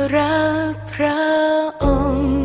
รักพระองค์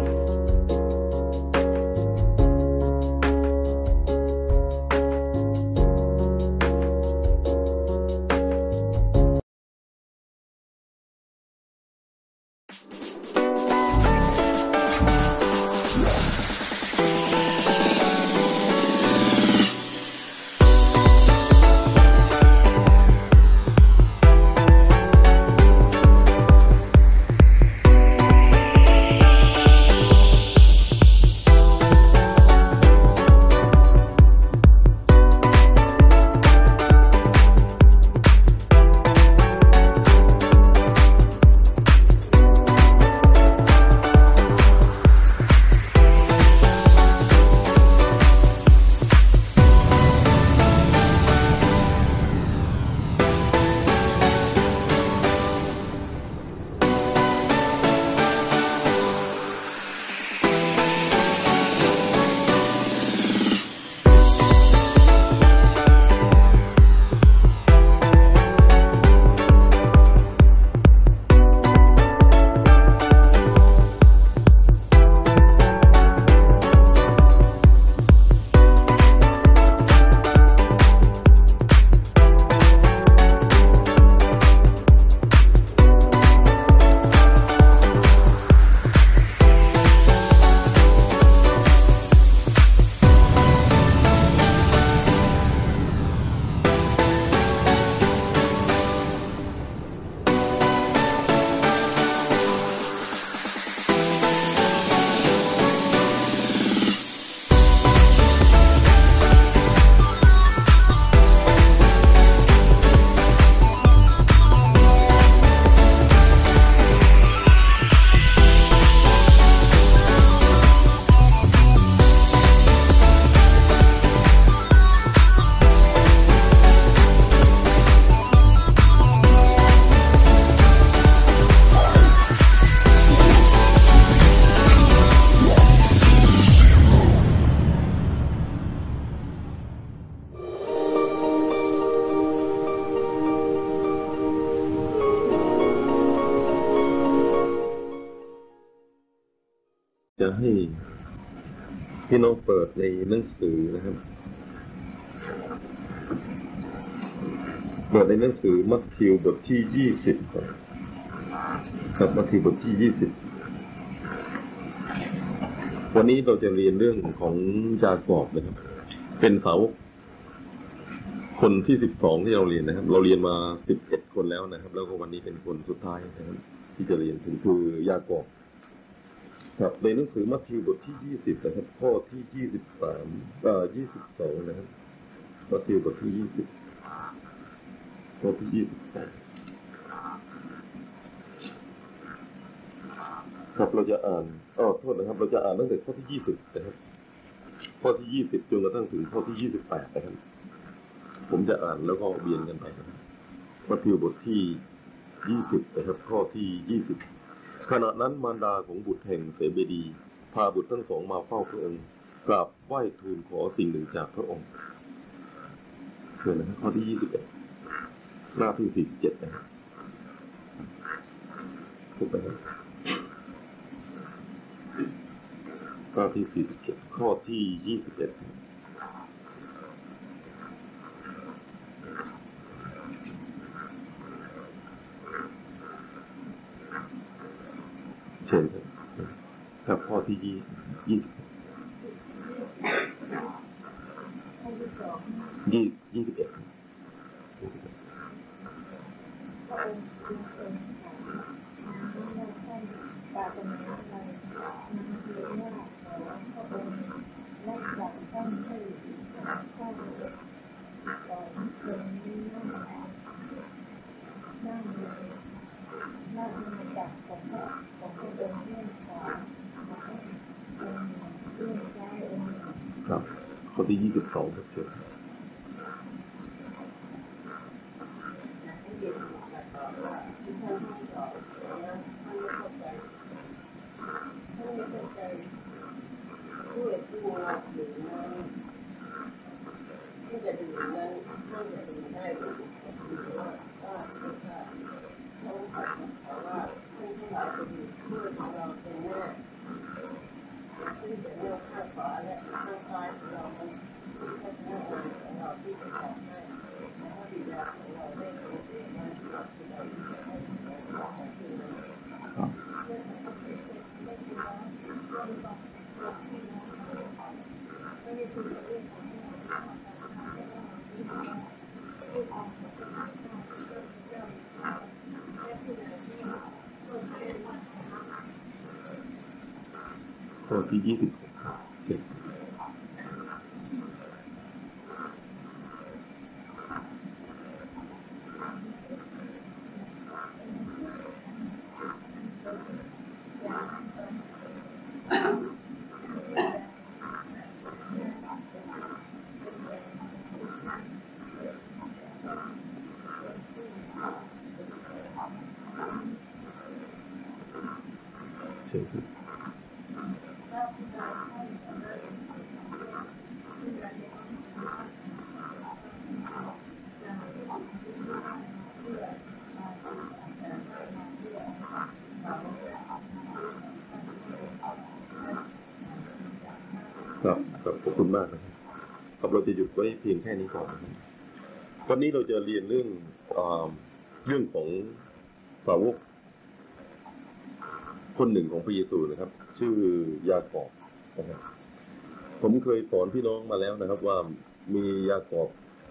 จะให้พี่น้องเปิดในหนังสือนะครับเปิดในหนังสือมัทธิวบทที่20ครับมัทธิวบทที่20วันนี้เราจะเรียนเรื่องของยากอบนะครับเป็นสาวกคนที่12ที่เราเรียนนะครับเราเรียนมา11คนแล้วนะครับแล้วก็วันนี้เป็นคนสุดท้ายนะครับที่จะเรียนถึงคือยากอบครับในหนังสือมัทธิวบทที่20นะครับข้อที่22นะครับมัทธิวบทที่20ข้อที่23ครับเราจะอ่านโทษนะครับเราจะอ่านตั้งแต่ข้อที่20นะครับข้อที่20จนกระทั่งถึงข้อที่28นะครับผมจะอ่านแล้วก็เบียนกันไปนะครับมัทธิวบทที่20นะครับข้อที่20ขณะนั้นมารดาของบุตรแห่งเสเบดีพาบุตรทั้งสองมาเฝ้าพระองค์กราบไหว้ทูลขอสิ่งหนึ่งจากพระองค์เชิญนะครับข้อที่21หน้าที่47นะครับถูกไหมครับหน้าที่47ข้อที่21เชิญครับข้อที่21ครับข้อที่22ครับเชิญเข้อที่26เชิญครับครับขอบคุณมากนะครับครับเราจะหยุดไว้เพียงแค่นี้ก่อนนะครับวันนี้เราจะเรียนเรื่องของสาวกคนหนึ่งของพระเยซูนะครับชื่อยากอบนะครับผมเคยสอนพี่น้องมาแล้วนะครับว่ามียากอบ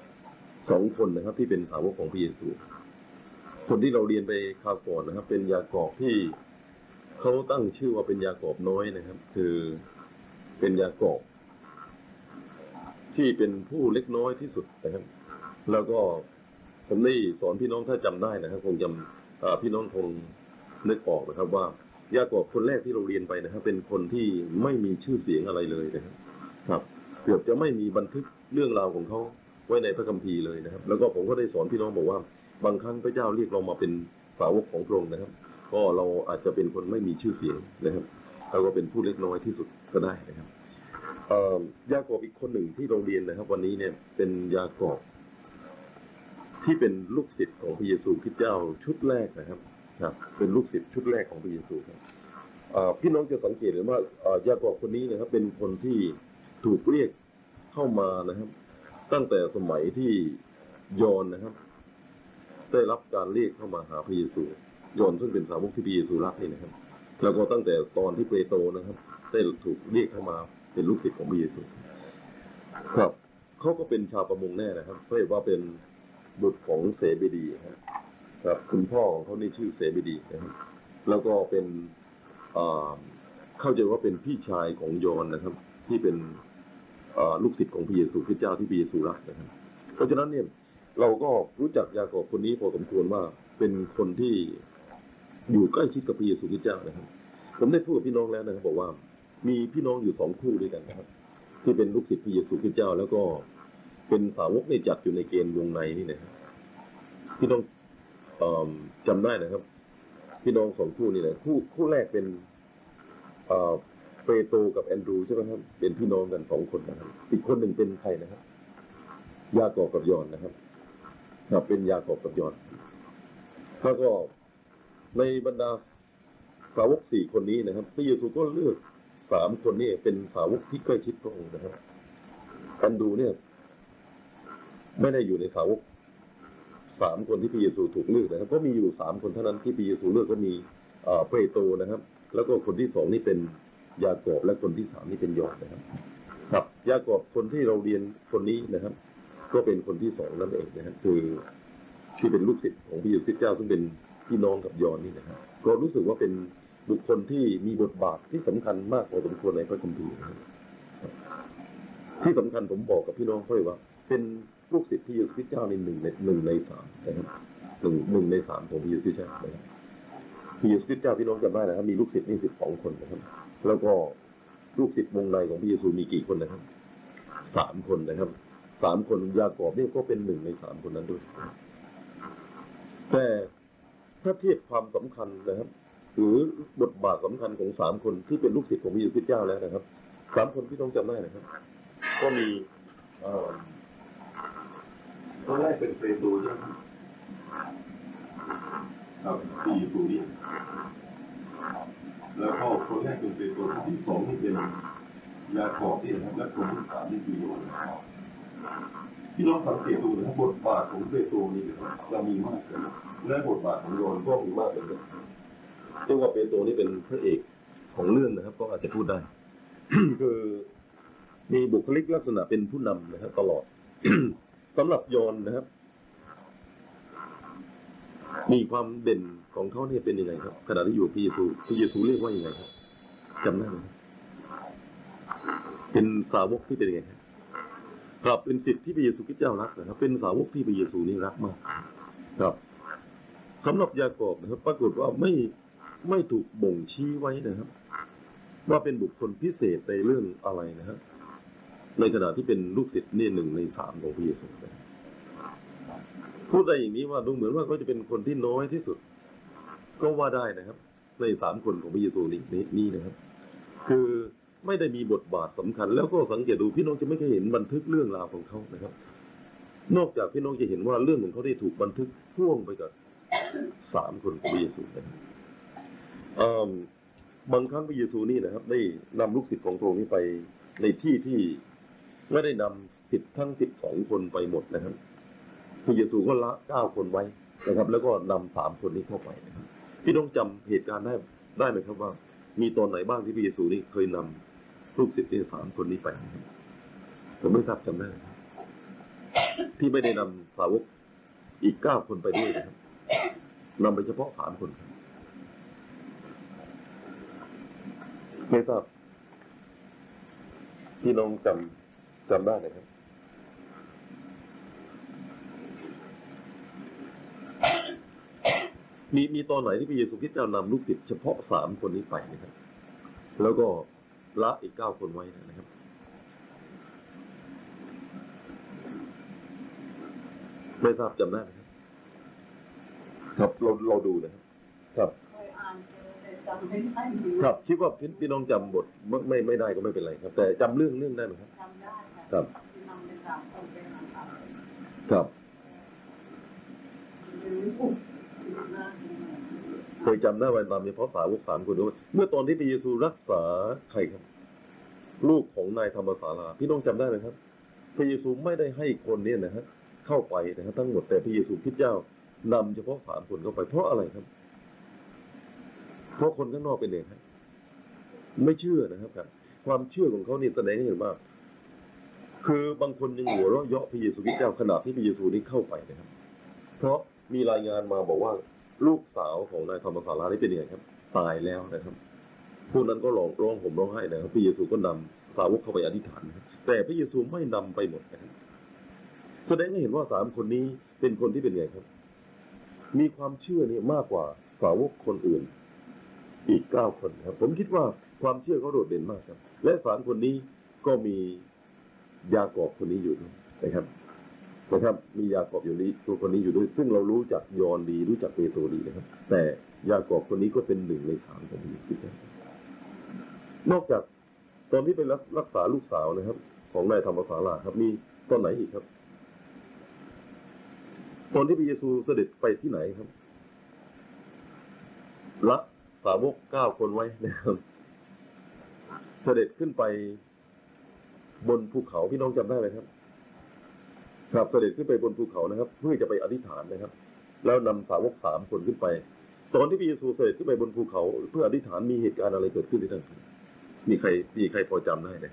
2 คนนะครับที่เป็นสาวกของพระเยซูคนที่เราเรียนไปคราวก่อนนะครับเป็นยากอบที่เขาตั้งชื่อว่าเป็นยากอบน้อยนะครับคือเป็นยากอบที่เป็นผู้เล็กน้อยที่สุดนะครับแล้วก็ผมได้สอนพี่น้องถ้าจำได้นะครับคงจำพี่น้องคงนึกออกนะครับว่ายากอบคนแรกที่เราเรียนไปนะครับเป็นคนที่ไม่มีชื่อเสียงอะไรเลยนะครับเกือบจะไม่มีบันทึกเรื่องราวของเขาไว้ในพระคัมภีร์เลยนะครับแล้วก็ผมก็ได้สอนพี่น้องบอกว่าบางครั้งพระเจ้าเรียกเรามาเป็นสาวกของพระองค์นะครับก็เราอาจจะเป็นคนไม่มีชื่อเสียงนะครับแล้วก็เป็นผู้เล็กน้อยที่สุดก็ได้นะครับยากอบอีกคนหนึ่งที่เราเรียนนะครับวันนี้เนี่ยเป็นยากอบที่เป็นลูกศิษย์ของพระเยซูคริสต์เจ้าชุดแรกนะครับเป็นลูกศิษย์ชุดแรกของพระเยซูครับพี่น้องจะสังเกตเห็นว่ายากอบคนนี้นะครับเป็นคนที่ถูกเรียกเข้ามานะครับตั้งแต่สมัยที่ยอห์นนะครับได้รับการเรียกเข้ามาหาพระเยซูยอห์นซึ่งเป็นสาวกที่พระเยซูรักนี่นะครับแล้วก็ตั้งแต่ตอนที่เปโตรนะครับได้ถูกเรียกเข้ามาเป็นลูกศิษย์ของพระเยซูครับเขาก็เป็นชาวประมงแน่นะครับเพราะว่าเป็นบุตรของเสเบดีครับคุณพ่อของเขานี่ชื่อเสเบดีนะครับแล้วก็เป็นเข้าใจว่าเป็นพี่ชายของยอห์นนะครับที่เป็นลูกศิษย์ของพระเยซูคริสต์เจ้าที่พระเยซูรักนะครับเพราะฉะนั้นเนี่ยเราก็รู้จักยากอบคนนี้พอสมควรว่าเป็นคนที่อยู่ใกล้ชิดกับพระเยซูคริสต์เจ้านะครับผมได้พูดกับพี่น้องแล้วนะครับบอกว่ามีพี่น้องอยู่2 คู่ด้วยกันนะครับที่เป็นลูกศิษย์พระเยซูคริสต์เจ้าแล้วก็เป็นสาวกในจัดอยู่ในเกณฑ์วงในนี่นะครับพี่น้องจำได้นะครับพี่น้อง2 คู่นี่แหละคู่แรกเป็นเปโตรกับแอนดรูใช่ไหมครับเป็นพี่น้องกัน2 คนนะครับอีกคนหนึ่งเป็นใครนะครับยากอบกับยอห์นนะครับเป็นยากอบกับยอห์นแล้วก็ในบรรดาสาวก4 คนนี้นะครับพระเยซูก็เลือก3 คนนี้เป็นสาวกที่ใกล้ชิดพระองค์นะครับแอนดรูเนี่ยไม่ได้อยู่ในสาวก3 คนที่พระเยซูถูกเลือกนะครับก็มีอยู่3 คนเท่านั้นที่พระเยซูเลือกก็มีเปโตรนะครับแล้วก็คนที่2นี่เป็นยากอบและคนที่3นี่เป็นยอห์นนะครับยากอบคนที่เราเรียนคนนี้นะครับก็เป็นคนที่2นั่นเองนะครับคือที่เป็นลูกศิษย์ของพระเยซูคริสต์เจ้าซึ่งเป็นพี่น้องกับยอห์นนี่นะครับก็รู้สึกว่าเป็นบุคคลที่มีบทบาทที่สำคัญมากพอสมควรในพระคัมภีร์นะครับที่สำคัญผมบอกกับพี่น้องเขาเลยว่าเป็นลูกศิษย์พระเยซูคริสต์เจ้าใน1 ใน 3นะครับหนึ่งใน 3ของพระเยซูคริสต์เจ้านะครับพระเยซูคริสต์เจ้าพี่น้องจำได้นะครับมีลูกศิษย์นี่12 คนนะครับแล้วก็ลูกศิษย์วงในของพระเยซูมีกี่คนนะครับ3 คนนะครับ3 คนยากอบนี่ก็เป็น1 ใน 3คนนั้นด้วยแต่ถ้าเทียบความสำคัญนะครับหรือบทบาทสำคัญของ3 คนที่เป็นลูกศิษย์ของพระเยซูคริสต์เจ้าแล้วนะครับ3 คนพี่น้องจำได้นะครับก็มีคนแรกเป็นเปโตรใช่ไหมครับพระเยซูนี่แล้วก็คนแรกเป็นเปโตรคนที่2นี่เป็นยากอบนี่นะครับและคนที่3นี่คือยอห์นพี่น้องสังเกตดูนะครับบทบาทของเปโตรนี่จะมีมากเลยและบทบาทของยอห์นก็มีมากเลยเรียกว่าเปโตรนี่เป็นพระเอกของเรื่องนะครับก็อาจจะพูดได้ คือมีบุคลิกลักษณะเป็นผู้นำนะครับตลอด สำหรับยอห์นนะครับมีความเด่นของเขาเนี่ยเป็นยังไงครับขณะที่อยู่พระเยซูเรียกว่ายังไงครับจำได้ไหมเป็นสาวกที่เป็นยังไงครับเป็นศิษย์ที่พระเยซูคริสต์เจ้ารักนะครับเป็นสาวกที่พระเยซูนี่รักมากครับสำหรับยากอบนะครับปรากฏว่าไม่ถูกบ่งชี้ไว้นะครับว่าเป็นบุคคลพิเศษในเรื่องอะไรนะครับในขณะที่เป็นลูกศิษย์นี่1 ใน 3ของพระเยซูพูดได้อย่างนี้ว่าดูเหมือนว่าเขาจะเป็นคนที่น้อยที่สุดก็ว่าได้นะครับใน3 คนของพระเยซูนี่นะครับคือไม่ได้มีบทบาทสำคัญแล้วก็สังเกตดูพี่น้องจะไม่เคยเห็นบันทึกเรื่องราวของเขานะครับนอกจากพี่น้องจะเห็นว่าเรื่องของเขาได้ถูกบันทึกพ่วงไปกับ3 คนของพระเยซูนะครับบางครั้งพระเยซูนี่นะครับได้นำลูกศิษย์ของพระองค์นี้ไปในที่ไม่ได้นำศิษย์ทั้ง12 คนไปหมดนะครับพระเยซูก็ละ9 คนไว้นะครับแล้วก็นำ3 คนนี้เข้าไปนะครับพี่น้องจำเหตุการณ์ได้ไหมครับว่ามีตอนไหนบ้างที่พระเยซูนี่เคยนำลูกศิษย์3 คนนี้ไปผมไม่ทราบจำได้ที่ไม่ได้นำสาวกอีก9 คนไปด้วยนะครับนำไปเฉพาะ3 คนไม่ทราบพี่น้องจำได้ไหมครับมีตอนไหนที่พระเยซูคริสต์เจ้านำลูกศิษย์เฉพาะ3 คนนี้ไปนะครับแล้วก็ละอีก9 คนไว้นะครับไม่ทราบจำได้ไหมครับเราดูนะครับครับครับคิดว่าพี่น้องจำบทไม่ได้ก็ไม่เป็นไรครับแต่จำเรื่องได้ไหมครับจำได้ครับครับเคยจำได้วันตามมีเพราะสาวก3 คนด้วยเมื่อตอนที่พระเยซูรักษาใครครับลูกของนายธรรมศาลาพี่น้องจำได้ไหมครับพระเยซูไม่ได้ให้คนนี้นะฮะเข้าไปนะครับทั้งหมดแต่พระเยซูคริสต์เจ้านำเฉพาะ3 คนเข้าไปเพราะอะไรครับเพราะคนข้างนอกเป็นเองครับไม่เชื่อนะครับความเชื่อของเขานี่แสดงให้เห็นว่าคือบางคนยังหัวเราะเยาะพระเยซูคริสต์เจ้าขณะที่พระเยซูนี้เข้าไปนะครับเพราะมีรายงานมาบอกว่าลูกสาวของนายธรรมศาลานี่เป็นยังไงครับตายแล้วนะครับพวกนั้นก็ร้องห่มร้องไห้นะครับพระเยซูก็นำสาวกเข้าไปอธิษฐานแต่พระเยซูไม่นำไปหมดนะครับแสดงให้เห็นว่า3 คนนี้เป็นคนที่เป็นไงครับมีความเชื่อนี่มากกว่าสาวกคนอื่นอีก9 คนครับผมคิดว่าความเชื่อเขาโดดเด่นมากครับและ3 คนนี้ก็มียากอบคนนี้อยู่ด้วยนะครับมียากอบอยู่นี้ตัวคนนี้อยู่ด้วยซึ่งเรารู้จักยอห์นดีรู้จักเปโตรดีนะครับแต่ยากอบคนนี้ก็เป็น1 ใน 3ของพระเยซูคริสต์นอกจากตอนที่ไปรักษาลูกสาวนะครับของนายธรรมศาลาครับมีตอนไหนอีกครับตอนที่พระเยซูเสด็จไปที่ไหนครับละสาวก9 คนไว้นะครับเสด็จขึ้นไปบนภูเขาพี่น้องจำได้ไหมครับครับเสด็จขึ้นไปบนภูเขานะครับเพื่อจะไปอธิษฐานนะครับแล้วนำสาวก3 คนขึ้นไปตอนที่พระเยซูเสด็จขึ้นไปบนภูเขาเพื่ออธิษฐานมีเหตุการณ์อะไรเกิดขึ้นที่นั่นมีใครพอจำได้ไหม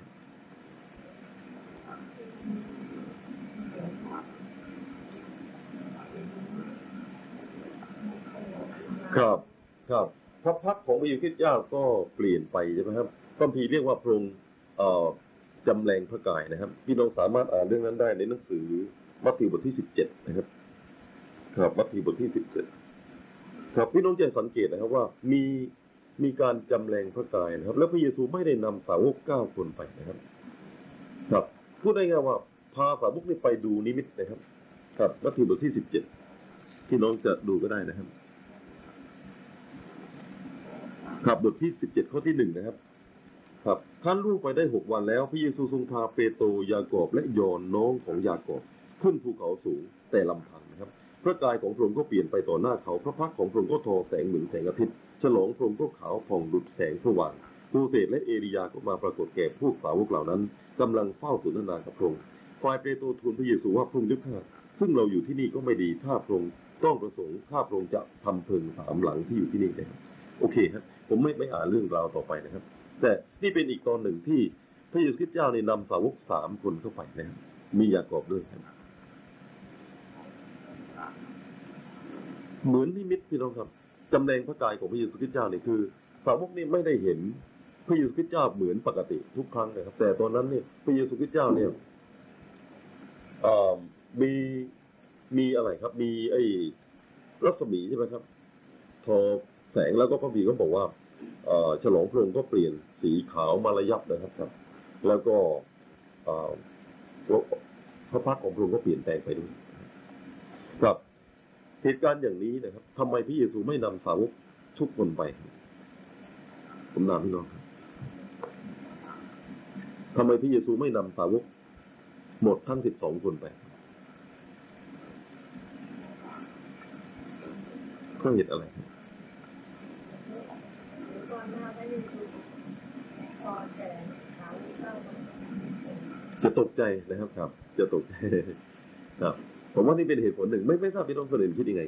ครับพระพักของพระเยซูคริสต์เจ้าก็เปลี่ยนไปใช่ไหมครับคัมภีร์เรียกว่าพระองค์จำแรงพระกายนะครับพี่น้องสามารถอ่านเรื่องนั้นได้ในหนังสือมัทธิวบทที่17นะครับครับมัทธิวบทที่17ครับพี่น้องจะสังเกตนะครับว่ามีการจำแรงพระกายนะครับแล้วพระเยซูไม่ได้นำสาวก9 คนไปนะครับครับพูดได้ง่ายว่าพาสาวกนี้ไปดูนิมิตนะครับครับมัทธิวบทที่17พี่น้องจะดูก็ได้นะครับครับบทที่17 ข้อที่1นะครับครับท่านลูกไปได้6 วันแล้วพระเยซูทรงพาเปโตรยากอบและยอห์นน้องของยากอบขึ้นภูเขาสูงแต่ลำพังนะครับพระกายของพระองค์ก็เปลี่ยนไปต่อหน้าเขาพระพักของพระองค์ก็ทอแสงเหมือนแสงอาทิตย์ฉลองพระองค์ก็ขาวผ่องดุจแสงสว่างโมเสสและเอลียาก็มาปรากฏแก่พวกสาวกเหล่านั้นกำลังเฝ้าสนทนากับพระองค์ฝ่ายเปโตรทูลพระเยซูว่าพระองค์เจ้าข้าซึ่งเราอยู่ที่นี่ก็ไม่ดีถ้าพระองค์ต้องประสงค์ข้าพระองค์จะทำเพิง3 หลังที่อยู่ที่นี่นะครับโอเคครับผมไม่อ่านเรื่องราวต่อไปนะครับแต่นี่เป็นอีกตอนหนึ่งที่พระเยซูคริสต์เจ้าเนี่ยนำสาวก3 คนเข้าไปนะครับมียากอบด้วยครับเหมือนนิมิตพี่น้องครับจำแรงพระกายของพระเยซูคริสต์เจ้าเนี่ยคือสาวกนี่ไม่ได้เห็นพระเยซูคริสต์เจ้าเหมือนปกติทุกครั้งนะครับแต่ตอนนั้นเนี่ยพระเยซูคริสต์เจ้าเนี่ยมีอะไรครับมีไอ้รัศมีใช่ไหมครับทอแสงแล้วก็พระบีก็บอกว่าฉลองพระองค์ก็เปลี่ยนสีขาวมาระยับนะครับแล้วก็พระพักตร์ของพระองค์ก็เปลี่ยนแปลงไปด้วยครับเหตุการณ์อย่างนี้นะครับทำไมพระเยซูไม่นำสาวกทุกคนไปผมถามพี่น้องทำไมพระเยซูไม่นำสาวกหมดทั้ง12 คนไปเพราะเหตุอะไรจะตกใจนะครับครับจะตกใจครับผมว่านี่เป็นเหตุผลหนึ่งไม่ทราบพี่น้องคนอื่นคิดยังไง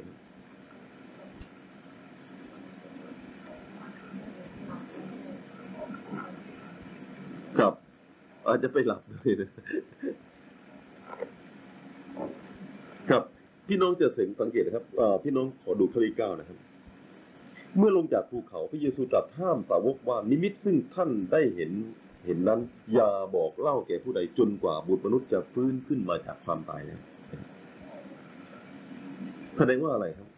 ครับอาจจะไปหลับเลยนะครับพี่น้องจะสังเกตนะครับพี่น้องขอดูข้อที่ 9นะครับเมื่อลงจากภูเขาพระเยซูตรัสห้ามสาวกว่านิมิตซึ่งท่านได้เห็นนั้นอย่าบอกเล่าแก่ผู้ใดจนกว่าบุตรมนุษย์จะฟื้นขึ้นมาจากความตายนะแสดงว่าอะไรครับ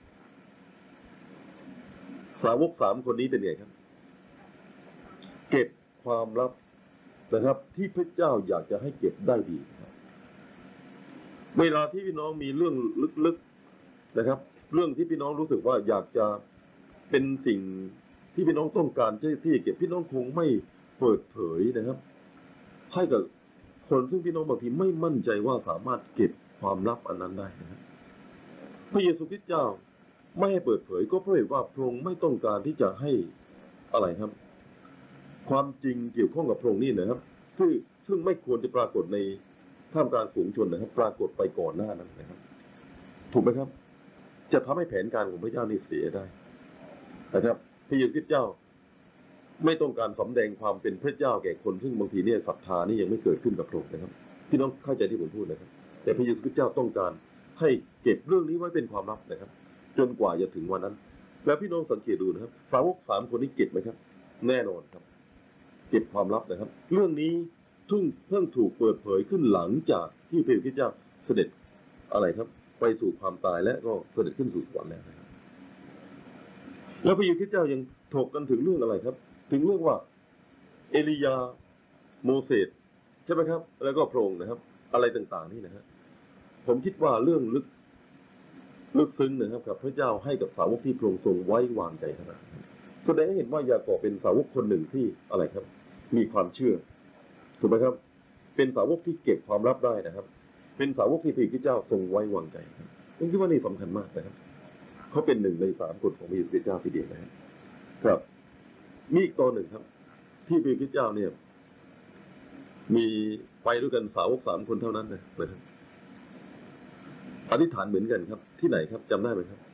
สาวก3 คนนี้เป็นไงครับเก็บความลับนะครับที่พระเจ้าอยากจะให้เก็บได้ดีครับเวลาที่พี่น้องมีเรื่องลึกๆนะครับเรื่องที่พี่น้องรู้สึกว่าอยากจะเป็นสิ่งที่พี่น้องต้องการที่เก็บพี่น้องคงไม่เปิดเผยนะครับให้กับคนซึ่งพี่น้องบางทีไม่มั่นใจว่าสามารถเก็บความลับอันนั้นได้นะครับพระเยซูคริสต์เจ้าไม่ให้เปิดเผยก็เพราะว่าพระองค์ไม่ต้องการที่จะให้อะไรครับความจริงเกี่ยวข้องกับพระองค์นี่นะครับซึ่งไม่ควรจะปรากฏในท่ามกลางฝูงชนนะครับปรากฏไปก่อนหน้านั้นนะครับถูกไหมครับจะทำให้แผนการของพระเจ้านี่เสียได้นะครับพระเยซูคริสต์เจ้าไม่ต้องการสำแดงความเป็นพระเจ้าแก่คนซึ่งบางทีเนี่ยศรัทธานี่ยังไม่เกิดขึ้นกับพระองค์นะครับพี่น้องเข้าใจที่ผมพูดนะครับแต่พระเยซูคริสต์เจ้าต้องการให้เก็บเรื่องนี้ไว้เป็นความลับนะครับจนกว่าจะถึงวันนั้นแล้วพี่น้องสังเกตดูนะครับสาวก3 คนนี้เก็บไหมครับแน่นอนครับเก็บความลับนะครับเรื่องนี้เพิ่งถูกเปิดเผยขึ้นหลังจากที่พระเยซูคริสต์เจ้าเสด็จอะไรครับไปสู่ความตายและก็เสด็จขึ้นสู่สวรรค์แล้วนะครับแล้วพระเยซูคริสต์เจ้ายังถกกันถึงเรื่องอะไรครับถึงเรื่องว่าเอลียาโมเสสใช่ไหมครับแล้วก็พระองค์นะครับอะไรต่างๆนี่นะฮะผมคิดว่าเรื่องลึกซึ้งนะครับกับพระเจ้าให้กับสาวกที่พระองค์ทรงไว้วางใจขนาดนั้นแสดงให้เห็นว่ายาโกบเป็นสาวกคนหนึ่งที่อะไรครับมีความเชื่อถูกไหมครับเป็นสาวกที่เก็บความลับได้นะครับเป็นสาวกที่พระเจ้าทรงไว้วางใจผมคิดว่านี่สำคัญมากนะครับเขาเป็น1 ใน 3 คนของพระเยซูคริสต์เจ้าทีเดียวนะครับมีอีกตอนหนึ่งครับที่พระเยซูคริสต์เจ้าเนี่ยมีไปด้วยกันสาวก3 คนเท่านั้นนะครับอธิษฐานเหมือนกันครับที่ไหนครับจำได้ไหมครับ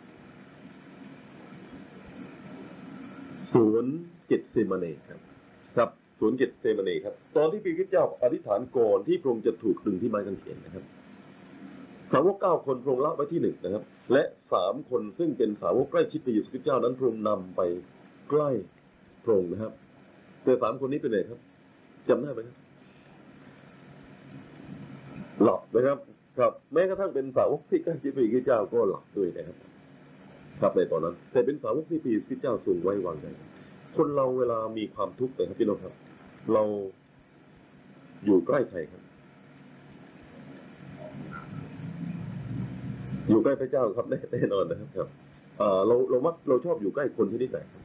สวนเกตเซมาเนครับสวนเกตเซมาเนครับตอนที่พระคริสต์เจ้าอธิษฐานก่อนที่พระองค์จะถูกดึงที่ไม้กางเขนนะครับสาวก9 คนพระองค์ละไว้ที่1นะครับและ3 คนซึ่งเป็นสาวกใกล้ชิดพระเยซูคริสต์เจ้านั้นพระองค์นำไปใกล้พระองค์นะครับแต่3 คนนี้เป็นไงครับจำได้ไหมครับหลับนะครับครับแม้กระทั่งเป็นสาวกที่ใกล้ชิดพระเยซูคริสต์เจ้าก็หลับด้วยนะครับครับในตอนนั้นแต่เป็นสาวกที่พระเยซูคริสต์เจ้าทรงไว้วางใจคนเราเวลามีความทุกข์นะครับพี่น้องครับเราอยู่ใกล้ใครครับอยู่ใกล้พระเจ้าครับแน่นอนนะครับเราชอบอยู่ใกล้คนที่นิสัย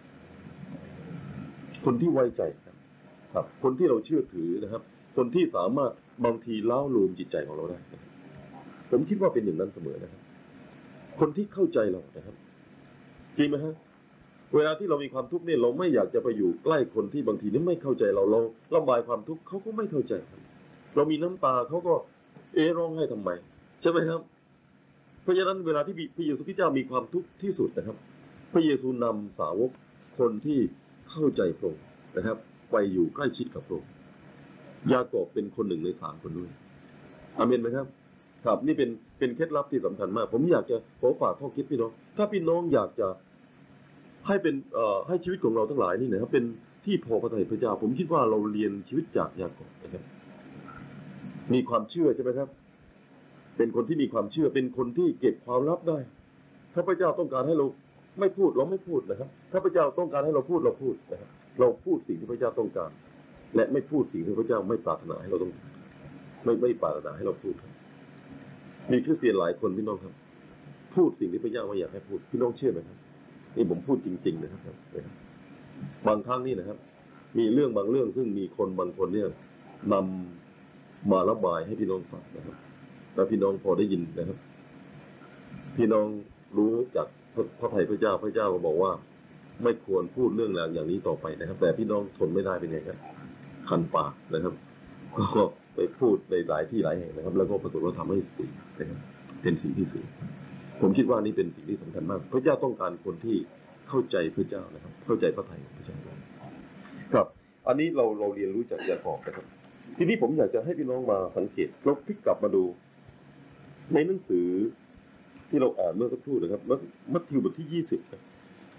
คนที่ไว้ใจครับคนที่เราเชื่อถือนะครับคนที่สามารถบางทีเล้าลวมจิตใจของเราได้ผมคิดว่าเป็นอย่างนั้นเสมอนะครับคนที่เข้าใจเรานะครับจริงไหมฮะเวลาที่เรามีความทุกข์เนี่ยเราไม่อยากจะไปอยู่ใกล้คนที่บางทีนี่ไม่เข้าใจเราระบายความทุกข์เขาก็ไม่เข้าใจเรามีน้ำตาเขาก็ร้องไห้ทำไมใช่ไหมครับเพราะฉะนั้นเวลาที่พระเยซูคริสต์เจ้ามีความทุกข์ที่สุดนะครับพระเยซูนำสาวกคนที่เข้าใจพระองค์นะครับไปอยู่ใกล้ชิดกับพระองค์ยาโกบเป็นคน1 ใน 3 คนด้วยอาเมนไหมครับครับนี่เป็นเคล็ดลับที่สำคัญมากผมอยากจะขอฝากข้อคิดพี่น้องถ้าพี่น้องอยากจะให้เป็นให้ชีวิตของเราทั้งหลายนี่นะครับเป็นที่พอพระทัยพระเจ้าผมคิดว่าเราเรียนชีวิตจากยากอบนะครับมีความเชื่อใช่ไหมครับเป็นคนที่มีความเชื่อเป็นคนที่เก็บความลับได้ถ้าพระเจ้าต้องการให้เราไม่พูดเราไม่พูดนะครับถ้าพระเจ้าต้องการให้เราพูดเราพูดนะครับเราพูดสิ่งที่พระเจ้าต้องการและไม่พูดสิ่งที่พระเจ้าไม่ปรารถนาให้เราต้องไม่ปรารถนาให้เราพูดมีคริสเตียนหลายคนพี่น้องครับพูดสิ่งที่พระเจ้าไม่อยากให้พูดพี่น้องเชื่อไหมครับนี่ผมพูดจริงๆนะครับบางครั้งนี่นะครับมีเรื่องบางเรื่องซึ่งมีคนบางคนเนี่ยนำมาระบายให้พี่น้องฟังนะครับแล้วพี่น้องพอได้ยินนะครับพี่น้องรู้จากพระทัยพระเจ้าก็บอกว่าไม่ควรพูดเรื่องราวอย่างนี้ต่อไปนะครับแต่พี่น้องทนไม่ได้เป็นไงครับคันปากนะครับก็ไปพูดในหลายที่หลายแห่งนะครับแล้วก็ปรากฏว่าทำให้เสียนะครับเป็นสิ่งที่เสียผมคิดว่านี่เป็นสิ่งที่สำคัญมากพระเจ้าต้องการคนที่เข้าใจพระเจ้านะครับเข้าใจพระทัยของพระเจ้าครับอันนี้เราเรียนรู้จากยากอบนะครับทีนี้ผมอยากจะให้พี่น้องมาสังเกตเราพลิกกลับมาดูในหนังสือที่เราอ่านเมื่อสักครู่นะครับมัทธิวบทที่20ครับ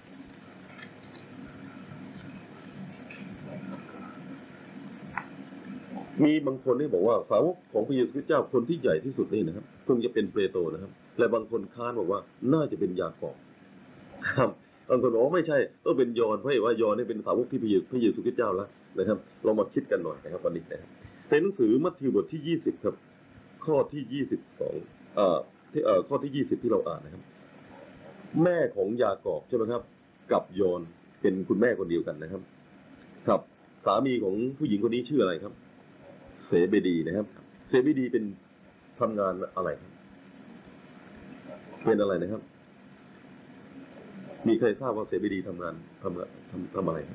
มีบางคนที่บอกว่าสาวกของพระเยซูคริสต์เจ้าคนที่ใหญ่ที่สุดนี่นะครับคงจะเป็นเปโตรนะครับและบางคนค้านบอกว่าน่าจะเป็นยากอบครับบางคนบอกว่าไม่ใช่ต้องเป็นยอห์นเพราะว่ายอห์นนี่เป็นสาวกที่พระเยซูคริสต์เจ้าแล้วนะครับเรามาคิดกันหน่อยนะครับวันนี้นะครับในหนังสือมัทธิวบทที่20ครับข้อที่22ข้อที่20ที่เราอ่านนะครับแม่ของยากอบใช่ไหมครับกับยอห์นเป็นคุณแม่คนเดียวกันนะครับครับสามีของผู้หญิงคนนี้ชื่ออะไรครับเสเบดีนะครับเสเบดีเป็นทำงานอะไรครับเป็นอะไรนะครับมีใครทราบว่าเสเบดีทำอะไรครับ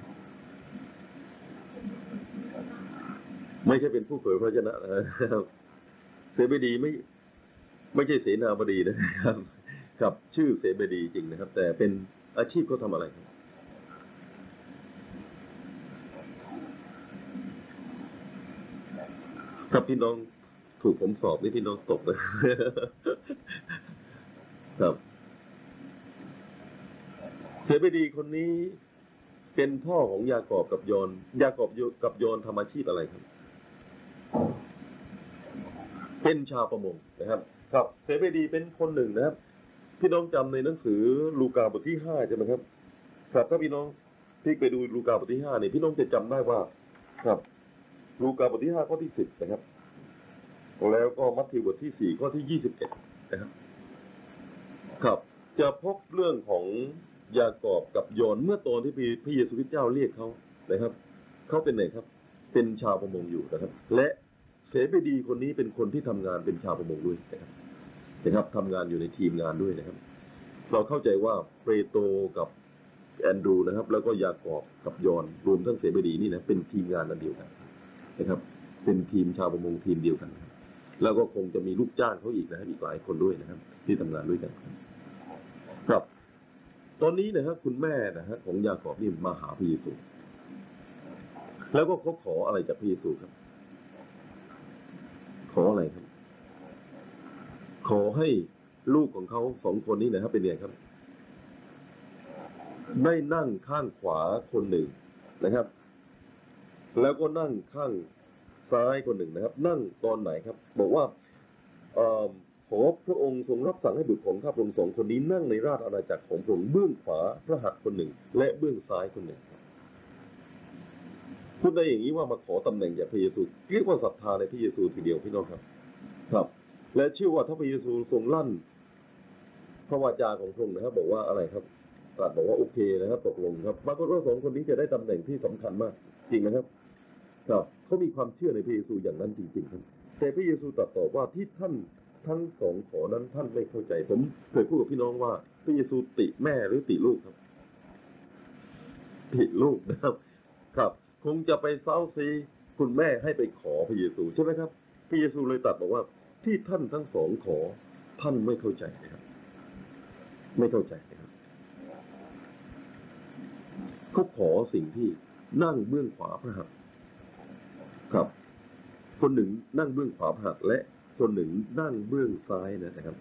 ไม่ใช่เป็นผู้เผยพระวจนะนะครับเสเบดีไม่ใช่เสนาบดีนะครับครับชื่อเสเบดีจริงนะครับแต่เป็นอาชีพเขาทำอะไรครับครับพี่น้องถูกผมสอบนี่พี่น้องตกเลยครับเสเบดีคนนี้เป็นพ่อของยากอบกับยอห์นยากอบกับยอห์นทำอาชีพอะไรครับเป็นชาวประมงนะครับครับเสเบดีเป็นคนหนึ่งนะครับพี่น้องจำในหนังสือลูกาบทที่5ใช่ไหมครับครับถ้าพี่น้องที่ไปดูลูกาบทที่5เนี่ยพี่น้องจะจำได้ว่าครับลูกาบทที่5ข้อที่10นะครับแล้วก็มัทธิวบทที่4ข้อที่21นะครับครับจะพบเรื่องของยากอบกับยอห์นเมื่อตอนที่พระเยซูคริสต์เจ้าเรียกเขานะครับเขาเป็นไหนครับเป็นชาวประมงอยู่นะครับและเสเบดีคนนี้เป็นคนที่ทำงานเป็นชาวประมงด้วยนะครับทำงานอยู่ในทีมงานด้วยนะครับเราเข้าใจว่าเปโตรกับแอนดรูนะครับแล้วก็ยากอบกับยอห์นรวมทั้งเสเบดีนี่นะเป็นทีมงานอันเดียวกันนะครับเป็นทีมชาวประมงทีมเดียวกันแล้วก็คงจะมีลูกจ้างเขาอีกนะครับอีกหลายคนด้วยนะครับที่ทำงานด้วยกันครับตอนนี้นะครับคุณแม่นะครับของยากอบนี่มาหาพระเยซูแล้วก็เขาขออะไรจากพระเยซูครับขออะไรครับขอให้ลูกของเขา2 คนนี้นะครับเป็นไงครับได้นั่งข้างขวาคนหนึ่งนะครับแล้วก็นั่งข้างซ้ายคนหนึ่งนะครับนั่งตอนไหนครับบอกว่าขอพระองค์ทรงรับสั่งให้บุตรของข้าพระองค์2 คนนี้นั่งในราชอาณาจักรของพระองค์เบื้องขวาพระหัตถ์คนหนึ่งและเบื้องซ้ายคนหนึ่งพูดได้อย่างนี้ว่ามาขอตำแหน่งจากพระเยซูเรียกว่าศรัทธาในพระเยซูทีเดียวพี่น้องครับครับและเชื่อว่าถ้าพระเยซูทรงลั่นพระวาจาของพระองค์นะครับบอกว่าอะไรครับตรัสบอกว่าโอเคนะครับตกลงครับปรากฏว่า2 คนนี้จะได้ตำแหน่งที่สำคัญมากจริงนะครับครับเขามีความเชื่อในพระเยซูอย่างนั้นจริงๆครับแต่พระเยซูตรัสตอบว่าที่ท่านทั้ง2ขอนั้นท่านไม่เข้าใจผมเคยพูดกับพี่น้องว่าพระเยซูติแม่หรือติลูกครับติลูกนะครับครับคงจะไปเซ้าซีคุณแม่ให้ไปขอพระเยซูใช่ไหมครับพระเยซูเลยตรัสบอกว่าที่ท่านทั้ง2ขอท่านไม่เข้าใจนะครับไม่เข้าใจนะครับเขาขอสิ่งที่นั่งเบื้องขวาพระหัตถ์ครับคนหนึ่งนั่งเบื้องขวาพระหัตถ์และคนหนึ่งนั่งเบื้องซ้ายนะครับ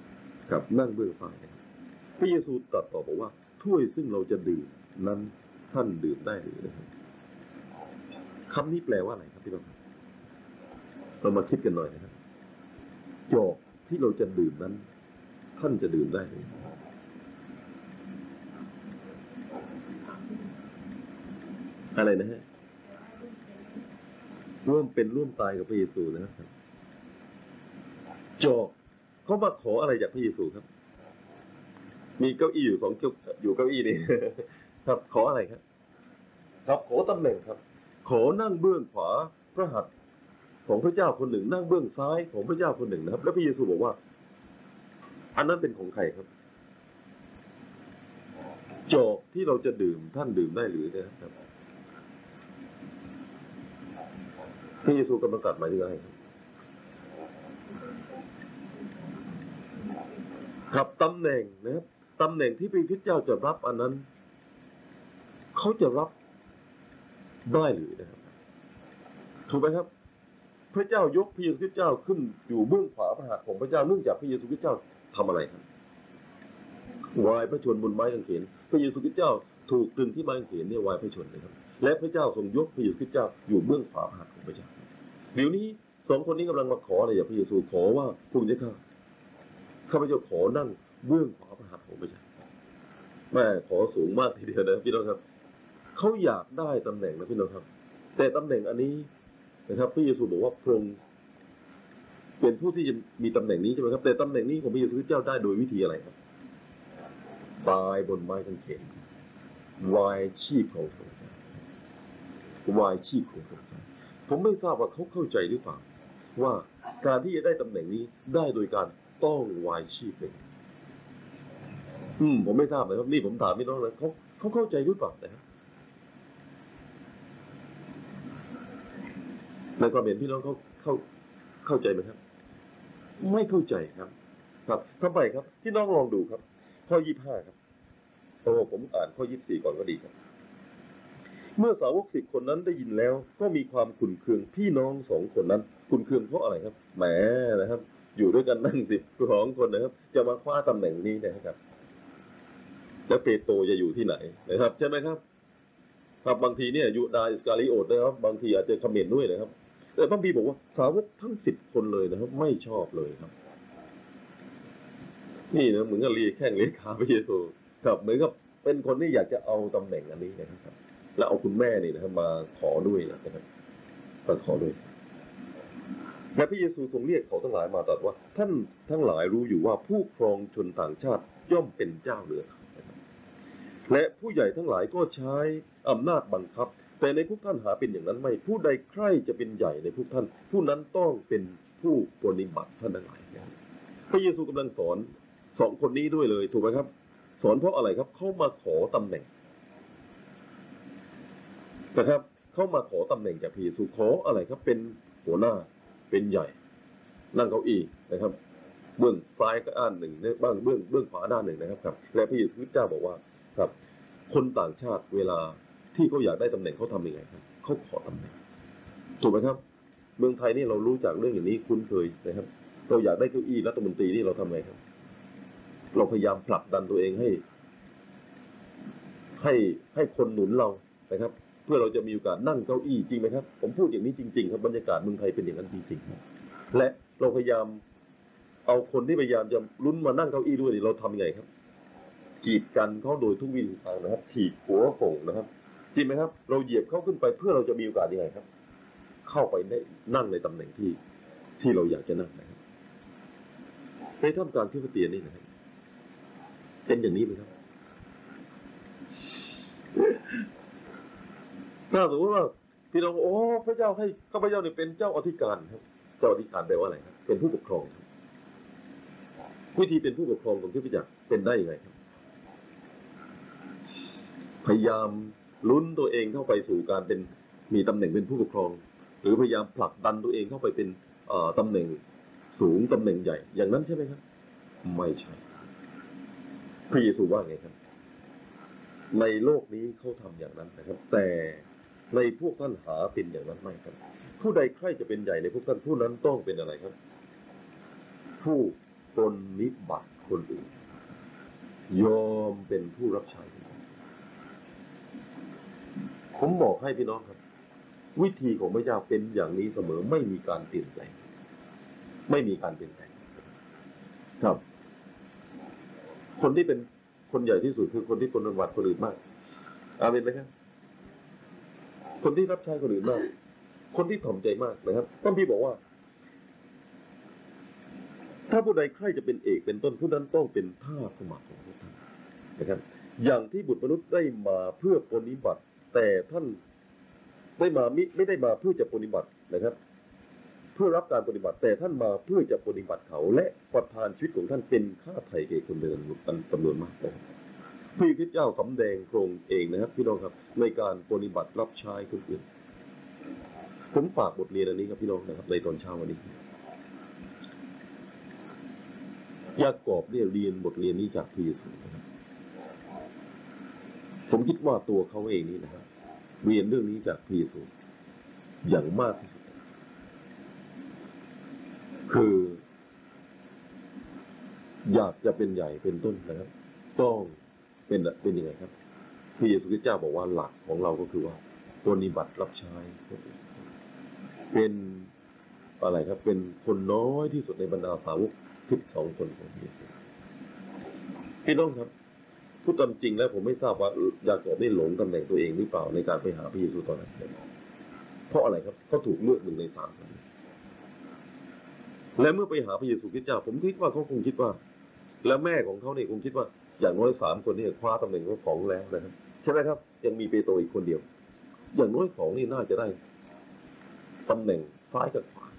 ครับนั่งเบื้องซ้ายนะครับพระเยซูตรัสต่อบอกว่าถ้วยซึ่งเราจะดื่มนั้นท่านดื่มได้หรือนะครับคำนี้แปลว่าอะไรครับพี่น้องเรามาคิดกันหน่อยนะครับจอกที่เราจะดื่มนั้นท่านจะดื่มได้หรืออะไรนะฮะร่วมเป็นร่วมตายกับพระเยซูนะครับจอกเขามาขออะไรจากพระเยซูครับมีเก้าอี้อยู่อยู่เก้าอี้นี่ครับขออะไรครับครับขอตำแหน่งครับขอนั่งเบื้องขวาพระหัตถ์ของพระเจ้าคนหนึ่งนั่งเบื้องซ้ายของพระเจ้าคนหนึ่งนะครับแล้วพระเยซูบอกว่าอันนั้นเป็นของใครครับจอกที่เราจะดื่มท่านดื่มได้หรือนะครับพระเยซูกำลังตรัสหมายถึงอะไรครับตำแหน่งนะครับตำแหน่งที่พระคริสต์เจ้าจะรับอันนั้นเขาจะรับได้หรือนะครับถูกไหมครับพระเจ้ายกพระเยซูคริสต์เจ้าขึ้นอยู่เบื้องขวาพระหัตถ์ของพระเจ้าเนื่องจากพระเยซูคริสต์เจ้าทำอะไรครับวายพระชนบนไม้กางเขนพระเยซูคริสต์เจ้าถูกตรึงที่ไม้กางเขนเนี่ยวายพระชนนะครับและพระเจ้าทรงยกพระเยซูคริสต์เจ้าอยู่เบื้องขวาพระหัตถ์ของพระเจ้าเดี๋ยวนี้สองคนนี้กำลังมาขออะไรจากพระเยซูขอว่าพระองค์เจ้าข้าพเจ้าขอนั่งเบื้องขวาพระหัตถ์ของพระเจ้าแม่ขอสูงมากทีเดียวนะพี่น้องครับเขาอยากได้ตำแหน่งนะพี่น้องครับแต่ตำแหน่งอันนี้นะครับพระเยซูบอกว่าพระองค์เป็นผู้ที่จะมีตำแหน่งนี้ใช่ไหมครับแต่ตำแหน่งนี้ของพระเยซูคริสต์เจ้าได้โดยวิธีอะไรครับตายบนไม้กางเขนวายชีพของพระองค์วายชีพของพระองค์ผมไม่ทราบว่าเขาเข้าใจหรือเปล่าว่าการที่จะได้ตำแหน่งนี้ได้โดยการต้องวายชีพเองผมไม่ทราบนะครับนี่ผมถามพี่น้องเลยเขาเข้าใจหรือเปล่านะครับในความเห็นพี่น้องเขาเข้าใจไหมครับไม่เข้าใจครับครับทำไมครับพี่น้องลองดูครับข้อ25ครับผมอ่านข้อ24ก่อนก็ดีครับเมื่อสาวก10 คนนั้นได้ยินแล้วก็มีความขุ่นเคืองพี่น้อง2 คนนั้นขุ่นเคืองเพราะอะไรครับแหมนะครับอยู่ด้วยกันนั่ง12 คนนะครับจะมาคว้าตำแหน่งนี้นะครับแล้วเปโตรจะอยู่ที่ไหนนะครับใช่ไหมครับครับบางทีเนี่ยยูดาห์อิสคาริโอตนะครับบางทีอาจจะคอมเมนต์ด้วยนะครับแต่พระบีบอกว่าสาวกทั้ง10 คนเลยนะครับไม่ชอบเลยครับนี่นะเหมือนกับเรียกแข้งเรียกขาพระเยซูครับเหมือนกับเป็นคนที่อยากจะเอาตำแหน่งอันนี้นะครับแล้วเอาคุณแม่นี่นะครับมาขอด้วยนะครับมาขอด้วยและพระเยซูทรงเรียกเขาทั้งหลายมาตรัสว่าท่านทั้งหลายรู้อยู่ว่าผู้ครองชนต่างชาติย่อมเป็นเจ้าเหนือเขาและผู้ใหญ่ทั้งหลายก็ใช้อำนาจบังคับแต่ในพวกท่านหาเป็นอย่างนั้นไม่ผู้ใดใคร่จะเป็นใหญ่ในพวกท่านผู้นั้นต้องเป็นผู้ปฏิบัติท่านทั้งหลายพระเยซูกำลังสอน2 คนนี้ด้วยเลยถูกไหมครับสอนเพราะอะไรครับเขามาขอตำแหน่งนะครับเขามาขอตำแหน่งจากพระเยซูขออะไรครับเป็นหัวหน้าเป็นใหญ่นั่งเก้าอี้นะครับเบื้องซ้ายก็ด้านหนึ่งบ้างเบื้องขวาด้านหนึ่งนะครับและพระเยซูคริสต์เจ้าบอกว่าครับคนต่างชาติเวลาที่เขาอยากได้ตำแหน่งเขาทำยังไงครับเขาขอตำแหน่งถูกไหมครับเมืองไทยนี่เรารู้จักเรื่องอย่างนี้คุ้นเคยนะครับเราอยากได้เก้าอี้รัฐมนตรีนี่เราทำไงครับเราพยายามผลักดันตัวเองให้คนหนุนเรานะครับเพื่อเราจะมีโอกาสนั่งเก้าอี้จริงไหมครับผมพูดอย่างนี้จริงๆครับบรรยากาศเมืองไทยเป็นอย่างนั้นจริงๆและเราพยายามเอาคนที่พยายามจะลุ้นมานั่งเก้าอี้ด้วยเราทำยังไงครับกีดกันเขาโดยทุกวิถีทางนะครับถีบหัวส่งนะครับจริงไหมครับเราเหยียบเขาขึ้นไปเพื่อเราจะมีโอกาสยังไงครับเข้าไปได้นั่งในตำแหน่งที่เราอยากจะนั่งนะครับในท่ามกลางคริสเตียนนี่นะครับเป็นอย่างนี้ไหมครับถ้าสมมติว่าพี่น้องพระเจ้าให้ข้าพเจ้าเนี่ยเป็นเจ้าอธิการครับเจ้าอธิการแปลว่าอะไรครับเป็นผู้ปกครองวิธีเป็นผู้ปกครองของคริสตจักรเป็นได้ยังไงครับพยายามลุ้นตัวเองเข้าไปสู่การเป็นมีตำแหน่งเป็นผู้ปกครองหรือพยายามผลักดันตัวเองเข้าไปเป็นตำแหน่งสูงตำแหน่งใหญ่อย่างนั้นใช่ไหมครับไม่ใช่พระเยซูว่าไงครับในโลกนี้เขาทำอย่างนั้นนะครับแต่ในพวกท่านหาเป็นอย่างนั้นไม่ครับผู้ใดใคร่จะเป็นใหญ่ในพวกท่านผู้นั้นต้องเป็นอะไรครับผู้ปรนนิบัติคนอื่นยอมเป็นผู้รับใช้ผมบอกให้พี่น้องครับวิธีของพระเจ้าเป็นอย่างนี้เสมอไม่มีการเปลี่ยนแปลงไม่มีการเปลี่ยนแปลงครับคนที่เป็นคนใหญ่ที่สุดคือคนที่ปฏิบัติคนอื่นมากอาเมนไหมครับคนที่รับใช้คนอื่นมากคนที่ถ่อมใจมากนะครับพระพี่บอกว่าถ้าผู้ใดใครจะเป็นเอกเป็นต้นผู้นั้นต้องเป็นทาสสมัครของพระท่านนะครับอย่างที่บุตรมนุษย์ได้มาเพื่อปฏิบัติแต่ท่านได้มาไม่ได้มาเพื่อจะปฏิบัตินะครับเพื่อรับการปฏิบัติแต่ท่านมาเพื่อจะปฏิบัติเขาและประทานชีวิตของท่านเป็นค่าไถ่แก่คนเดินจำนวนมากนะครับพระคริสต์เจ้าสำแดงโครงเองนะครับพี่น้องครับในการปฏิบัติรับใช้คนอื่นผมฝากบทเรียนอันนี้ครับพี่น้องนะครับในตอนเช้าวันนี้ยากอบได้เรียนบทเรียนนี้จากพระเยซูนะครับผมคิดว่าตัวเขาเองนี่นะครับเรียนเรื่องนี้จากพระเยซูอย่างมากที่สุดคืออยากจะเป็นใหญ่เป็นต้นนะครับต้องเป็นยังไงครับพระเยซูคริสต์เจ้าบอกว่าหลักของเราก็คือว่าปฏิบัติรับใช้เป็นอะไรครับเป็นคนน้อยที่สุดในบรรดาสาวก12 คนของพระเยซูพี่น้องครับพูดตามจริงแล้วผมไม่ทราบว่ายากอบได้หลงตำแหน่งตัวเองหรือเปล่าในการไปหาพระเยซูตอนนั้นเพราะอะไรครับเขาถูกเลือก1 ใน 3และเมื่อไปหาพระเยซูคริสต์เจ้าผมคิดว่าเขาคงคิดว่าและแม่ของเขาเนี่ยคงคิดว่าอย่างน้อย3 คนนี่คว้าตำแหน่งของ2แล้วนะครับใช่ไหมครับยังมีเปโตรอีกคนเดียวอย่างน้อย2นี่น่าจะได้ตำแหน่งซ้ายกับขวา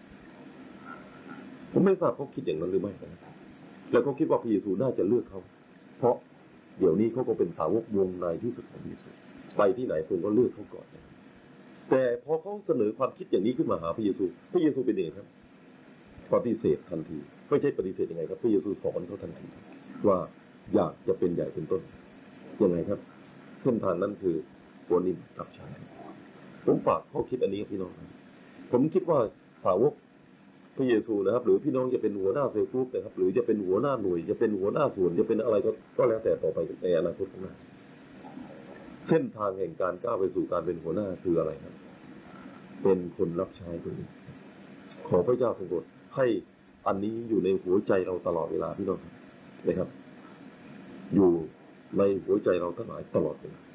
ผมไม่ทราบเขาคิดอย่างนั้นหรือไม่นะครับแล้วเขาคิดว่าพระเยซูน่าจะเลือกเขาเพราะเดี๋ยวนี้เขาก็เป็นสาวกวงในที่สุดของพระเยซูไปที่ไหนคนก็เลือกเขาก่อนแต่พอเขาเสนอความคิดอย่างนี้ขึ้นมาหาพระเยซูเป็นยังไงครับปฏิเสธทันทีไม่ใช่ปฏิเสธยังไงครับพระเยซูสอนเขาทันทีว่าอยากจะเป็นใหญ่เป็นต้นยังไงครับเส้นทางนั้นคือปฏิบัติรับใช้ผมฝากข้อคิดอันนี้กับพี่น้องผมคิดว่าสาวกพระเยซูนะครับหรือพี่น้องจะเป็นหัวหน้าเซลล์กรุ๊ปนะครับหรือจะเป็นหัวหน้าหน่วยจะเป็นหัวหน้าส่วนจะเป็นอะไรก็แล้วแต่ต่อไปในอนาคตข้างหน้าเส้นทางแห่งการก้าวไปสู่การเป็นหัวหน้าคืออะไรครับเป็นคนรับใช้คนนี้ขอพระเจ้าทรงโปรดให้อันนี้อยู่ในหัวใจเราตลอดเวลาพี่น้องนะครับอยู่ในหัวใจเราทั้งหลายตลอดเวลา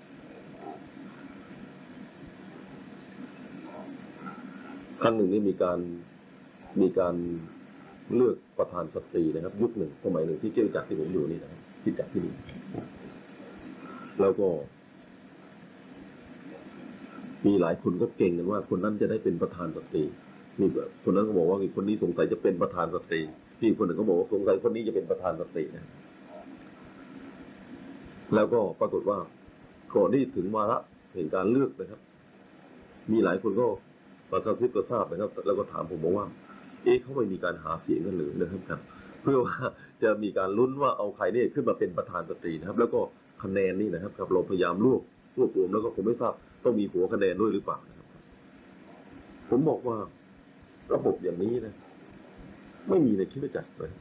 ครั้งหนึ่งนี่มีการเลือกประธานสตรีนะครับยุคหนึ่งสมัยหนึ่งที่เกี่ยวจากที่ผมอยู่นี่นะครับที่จากที่นี่แล้วก็มีหลายคนก็เก่งกันว่าคนนั้นจะได้เป็นประธานสตรีมีคนนั้นก็บอกว่าคนนี้สงสัยจะเป็นประธานสตรีพี่คนหนึ่งก็บอกว่าสงสัยคนนี้จะเป็นประธานสตรีนะแล้วก็ปรากฏว่าก่อนที่ถึงวาระแห่งการเลือกนะครับมีหลายคนก็ประกาศก็ทราบนะครับแล้วก็ถามผมบอกว่าเขาไม่มีการหาเสียงกันหรือนะครับเพื่อว่าจะมีการลุ้นว่าเอาใครเนี่ยขึ้นมาเป็นประธานสตรีนะครับแล้วก็คะแนนนี่นะครับเราพยายามรวบรวมแล้วก็ผมไม่ทราบต้องมีหัวคะแนนด้วยหรือเปล่านะครับผมบอกว่าระบบอย่างนี้นะไม่มีในคริสตจักรเลย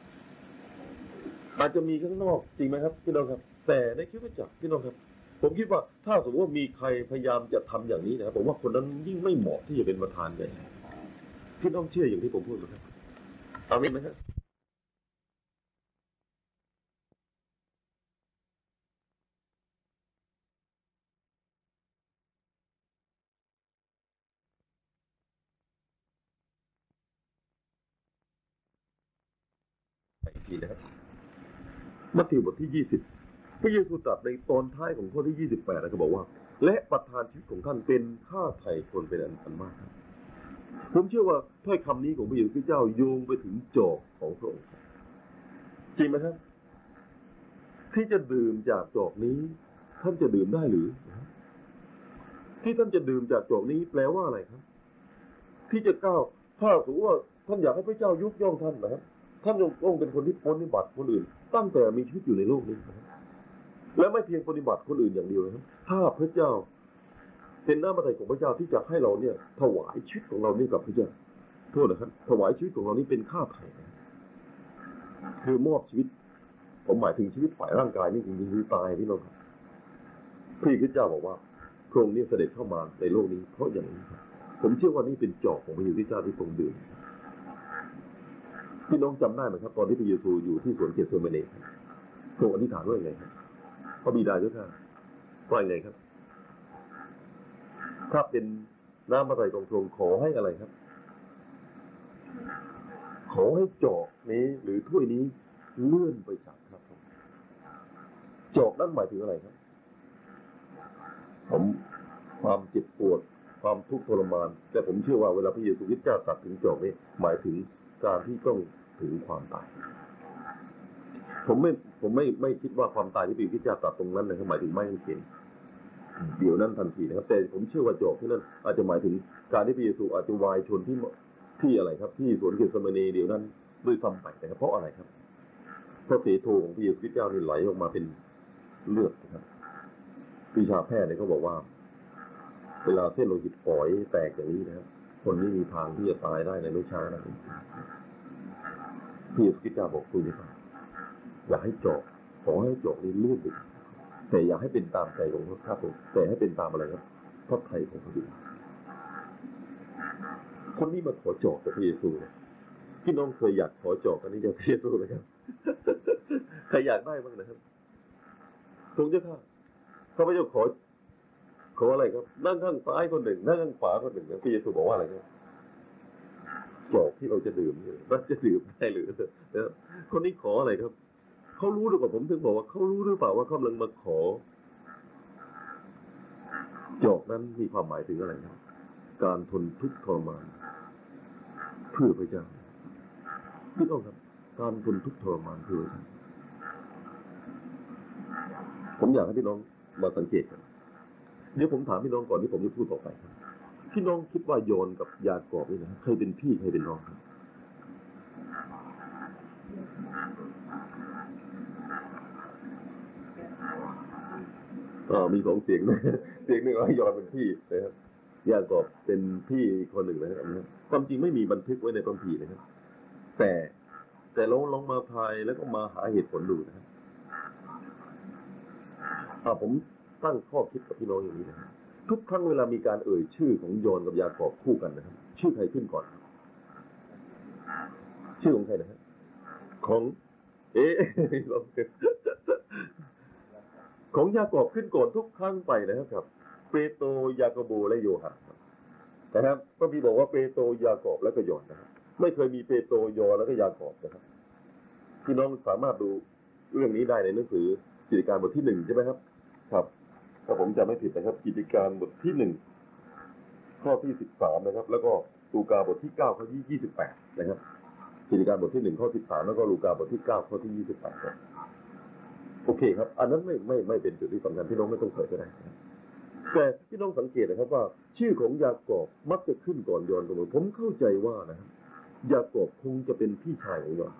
อาจจะมีข้างนอกจริงไหมครับพี่น้องครับแต่ในคริสตจักรพี่น้องครับผมคิดว่าถ้าสมมติว่ามีใครพยายามจะทำอย่างนี้นะครับผมว่าคนนั้นยิ่งไม่เหมาะที่จะเป็นประธานใหญ่พี่น้องเชื่ออย่างที่ผมพูดไหมครับอาเมนไหมครับอีกทีนะครับมัทธิวบทที่20พระเยซูตรัสในตอนท้ายของข้อที่28นะครับบอกว่าและประทานชีวิตของท่านเป็นค่าไถ่คนเป็นอันมากผมเชื่อว่าถ้อยคำนี้ของพระเยซูคริสต์เจ้าโยงไปถึงจอกของพระองค์จริงไหมครับที่จะดื่มจากจอกนี้ท่านจะดื่มได้หรือที่ท่านจะดื่มจากจอกนี้แปลว่าอะไรครับที่จะก้าวถ้าสมมติว่าท่านอยากให้พระเจ้ายกย่องท่านนะครับท่านต้องเป็นคนที่ปฏิบัติคนอื่นตั้งแต่มีชีวิตอยู่ในโลกนี้นะครับและไม่เพียงปฏิบัติคนอื่นอย่างเดียวนะครับถ้าพระเจ้าเป็นน้ำพระทัยของพระเจ้าที่จะให้เราเนี่ยถวายชีวิตของเรานี่กับพระเจ้าโทษนะครับถวายชีวิตของเรานี่เป็นค่าไถ่คือมอบชีวิตผมหมายถึงชีวิตฝ่ายร่างกายนี่จริงๆคือตายพี่น้องพระคริสต์เจ้าบอกว่าพระองค์นี้เสด็จเข้ามาในโลกนี้เพราะอย่างนี้ครับผมเชื่อว่านี่เป็นจอกของพระเยซูคริสต์เจ้าที่ทรงดื่มพี่น้องจำได้ไหมครับตอนที่พระเยซูอยู่ที่สวนเกสเซมานีพระองค์อธิษฐานว่าอย่างไรครับพระบิดาเจ้าข้าว่าอย่างไรครับถ้าเป็นน้ำพระทัยของพระองค์ขอให้อะไรครับขอให้จอกนี้หรือถ้วยนี้เลื่อนไปจากข้าพระองค์จอกนั้นหมายถึงอะไรครับความเจ็บปวดความทุกข์ทรมานแต่ผมเชื่อว่าเวลาพระเยซูคริสต์เจ้าตรัสถึงจอกนี้หมายถึงการที่ต้องถึงความตายผมไม่คิดว่าความตายที่พระเยซูคริสต์เจ้าตรัสตรงนั้นนะครับหมายถึงไม้กางเขนเดี๋ยวนั้นทันทีนะครับแต่ผมเชื่อว่าจอกที่นั่นอาจจะหมายถึงการที่พระเยซูอาจจะวายชนที่อะไรครับที่สวนเกสเซมานีเดี๋ยวนั้นด้วยซ้ำไปนะครับเพราะอะไรครับเพราะเสโทของพระเยซูคริสต์เจ้านี่ไหลออกมาเป็นเลือดนะครับวิชาแพทย์เนี่ยเขาบอกว่าเวลาเส้นโลหิตฝอยแตกอย่างนี้นะครับคนนี้มีทางที่จะตายได้ในไม่ช้านะพระเยซูคริสต์เจ้าบอกคุณนี่ป่ะอย่าให้จอกขอให้จอกนี้เลื่อนไปแต่อย่าให้เป็นตามใจของข้าพเจ้าแต่ให้เป็นตามอะไรครับพระทัยของพระบิดาคนนี้มาขอจอกกับพระเยซูพี่น้องเคยอยากขอจอกกันนี้จากพระเยซูไหมครับใครอยากได้บ้างนะครับทรงเจ้าข้าข้าพเจ้าขออะไรครับนั่งข้างซ้ายคนหนึ่งนั่งข้างขวาคนหนึ่งพระเยซูบอกว่าอะไรครับจอกที่เราจะดื่มเนี่ยมันจะดื่มได้หรือนะครับคนนี้ขออะไรครับเขารู้หรือเปล่าผมถึงบอกว่าเขารู้หรือเปล่าว่ากำลังมาขอจอกนั้นมีความหมายถึงอะไรครับการทนทุกข์ทรมานเพื่อพระเจ้าพี่น้องครับการทนทุกข์ทรมานเพื่อพระเจ้าผมอยากให้พี่น้องมาสังเกตกันเดี๋ยวผมถามพี่น้องก่อนที่ผมจะพูดต่อไปครับพี่น้องคิดว่าโยนกับยากอบนี่นะใครเป็นพี่ใครเป็นน้องครับมีสองเสียงนะเสียงหนึ่งว่ายอนเป็นพี่นะครับยากอบเป็นพี่คนหนึ่งนะครับความจริงไม่มีบันทึกไว้ในพระคัมภีร์นะครับแต่เราลองมาพายแล้วก็มาหาเหตุผลดูนะครับผมตั้งข้อคิดกับพี่น้องอย่างนี้นะครับทุกครั้งเวลามีการเอ่ยชื่อของโยนกับยากอบคู่กันนะครับชื่อใครขึ้นก่อนชื่อของใครนะครับของของยากอบขึ้นก่อนทุกครั้งไปนะครับเปโตรยาโคโบและโยฮันนะครับพระบิดาบอกว่าเปโตรยากอบและก็โยฮันนะครับไม่เคยมีเปโตรยอแล้วก็ยากอบนะครับพี่น้องสามารถดูเรื่องนี้ได้ในหนังสือกิจการบทที่1ใช่ไหมครับครับถ้าผมจำไม่ผิดนะครับกิจการบทที่1ข้อที่13นะครับแล้วก็ลูกาบทที่9ข้อที่28นะครับกิจการบทที่1ข้อ13แล้วก็ลูกาบทที่9ข้อที่28ครับโอเคครับอันนั้นไม่เป็นจุดที่สำคัญพี่น้องไม่ต้องเปิดก็ได้แต่พี่น้องสังเกตนะครับว่าชื่อของยากอบมักจะขึ้นก่อนยอห์นเสมอผมเข้าใจว่านะครับยากอบคงจะเป็นพี่ชายของยอห์น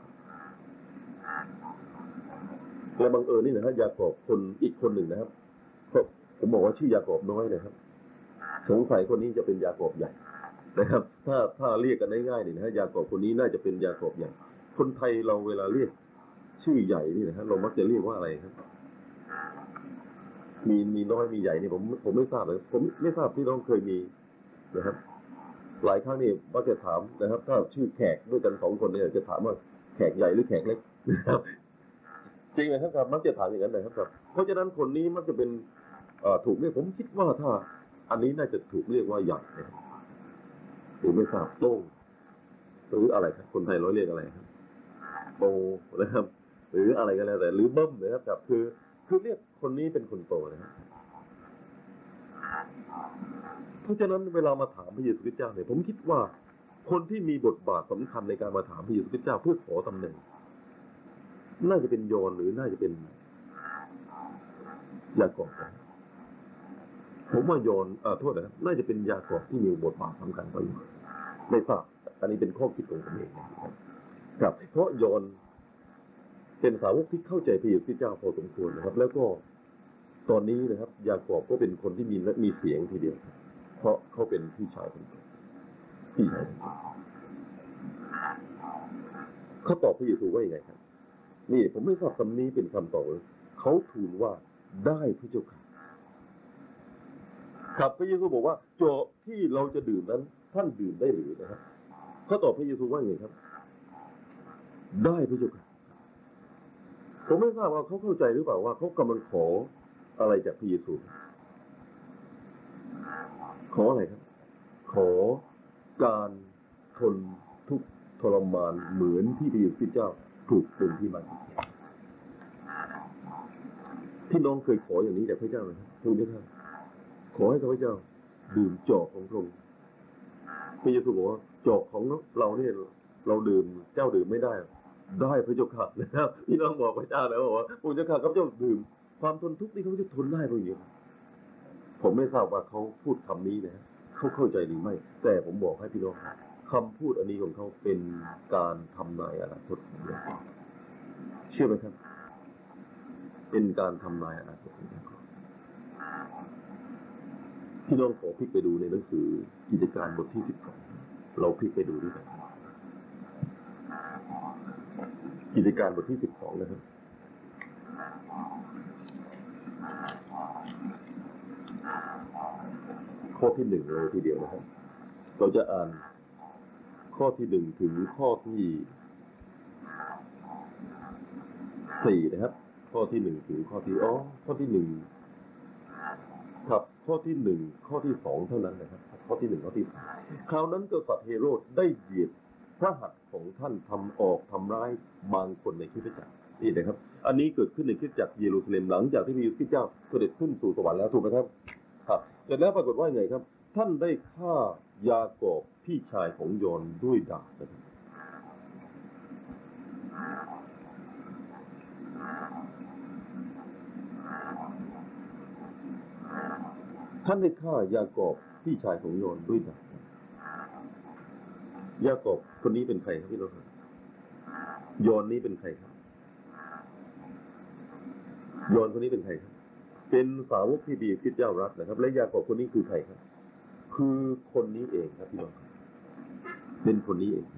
และบังเอิญนี่นะฮะยากอบคนอีกคนหนึ่งนะครับผมบอกว่าชื่อยากอบน้อยนะครับสงสัยคนนี้จะเป็นยากอบใหญ่นะครับถ้าเรียกกันง่ายๆนี่นะฮะยากอบคนนี้น่าจะเป็นยากอบใหญ่คนไทยเราเวลาเรียกชื่อใหญ่นี่นะฮะเรามักจะเรียกว่าอะไรครับมีน้อยมีใหญ่นี่ผมไม่ทราบเลยผมไม่ทราบพี่น้องเคยมีนะครับหลายครั้งนี่มักจะถามนะครับถ้าชื่อแขกด้วยกัน2คนเนี่ยจะถามว่าแขกใหญ่หรือแขกเล็กนะครับจริงไหมครับมักจะถามอย่างนั้นนะครับเพราะฉะนั้นคนนี้มักจะเป็นถูกเรียกผมคิดว่าถ้าอันนี้น่าจะถูกเรียกว่าใหญ่นะครับหรือไม่ทราบโต้งหรืออะไรครับคนไทยเราเรียกอะไรครับโตนะครับหรืออะไรก็แล้วแต่หรือเบิ้มนะครับคือเรียกคนนี้เป็นคนโตนะครับเพราะฉะนั้นเวลามาถามพระเยซูคริสต์เจ้าเนี่ยผมคิดว่าคนที่มีบทบาทสำคัญในการมาถามพระเยซูคริสต์เจ้าเพื่อขอตำแหน่งน่าจะเป็นโยนหรือน่าจะเป็นยากอบผมว่าโยนโทษนะครับน่าจะเป็นยากอบที่มีบทบาทสำคัญกว่าอยู่ไม่ทราบอันนี้เป็นข้อคิดของผมเองนะครับเพราะโยนเป็นสาวกที่เข้าใจพระเยซูคริสต์เจ้าพอสมควรนะครับแล้วก็ตอนนี้นะครับยากอบก็เป็นคนที่มีเสียงทีเดียวเพราะเขาเป็นพี่ชายคนโตพี่ชายเขาตอบพระเยซูว่าอย่างไรครับนี่ผมไม่ทราบคำนี้เป็นคำตอบเขาทูลว่าได้พระเจ้าค่ะครับพระเยซูบอกว่าโจกที่เราจะดื่มนั้นท่านดื่มได้หรือนะครับเขาตอบพระเยซูว่าไงครับได้พระเจ้าค่ะผมไม่ทราบว่าเขาเข้าใจหรือเปล่าว่าเขากำลังขออะไรจากพระเยซูขออะไรครับขอการทนทุกข์ทรมานเหมือนที่พระเยซูคริสต์เจ้าถูกเป็นที่มาที่น้องเคยขออย่างนี้จากพระเจ้าไหมครับทูลด้วยครับขอให้ข้าพเจ้าดื่มจอกของพระองค์พระเยซูบอกว่าจอกของเราเนี่ยเราดื่มเจ้าดื่มไม่ได้ได้พระเจ้าค่ะนะครับพี่น้องบอกพระเจ้าแล้วบอกว่าพระเจ้าค่ะข้าพเจ้าดื่มความทนทุกข์นี่เขาจะทนได้พระเยซูผมไม่ทราบว่าเขาพูดคำนี้นะเขาเข้าใจหรือไม่แต่ผมบอกให้พี่น้องคำพูดอันนี้ของเขาเป็นการทำนายอนาคตของเราเชื่อไหมครับเป็นการทำนายอนาคตของเราพี่น้องขอพลิกไปดูในหนังสือกิจการบทที่12เราพลิกไปดูด้วยกันกิจการบทที่12นะครับข้อที่1เลยทีเดียวนะครับเราจะอ่านข้อที่1ถึงข้อที่4นะครับข้อที่1ถึงข้อที่ข้อที่1ครับข้อที่1ข้อที่2เท่านั้นนะครับข้อที่1ข้อที่3คราวนั้นกษัตริย์เฮโรดได้เหยียดพระหัตถ์ของท่านทำร้ายบางคนในคริสตจักรนี่นะครับอันนี้เกิดขึ้นในคริสตจักรเยรูซาเล็มหลังจากที่พระเยซูคริสต์เจ้าเสด็จขึ้นสู่สวรรค์แล้วถูกไหมครับครับเสร็จแล้วปรากฏว่าไงครับท่านได้ฆ่ายากอบพี่ชายของยอนด้วยดาบนะครับท่านได้ฆ่ายากอบพี่ชายของยอนด้วยดาบยากอบคนนี้เป็นใครครับพี่น้องครับยอนนี้เป็นใครครับยอนคนนี้เป็นใครครับเป็นสาวกที่ดีคริสต์เจ้ารักนะครับและยากอบคนนี้คือใครครับคือคนนี้เองครับพี่น้องเป็นคนนี้เอง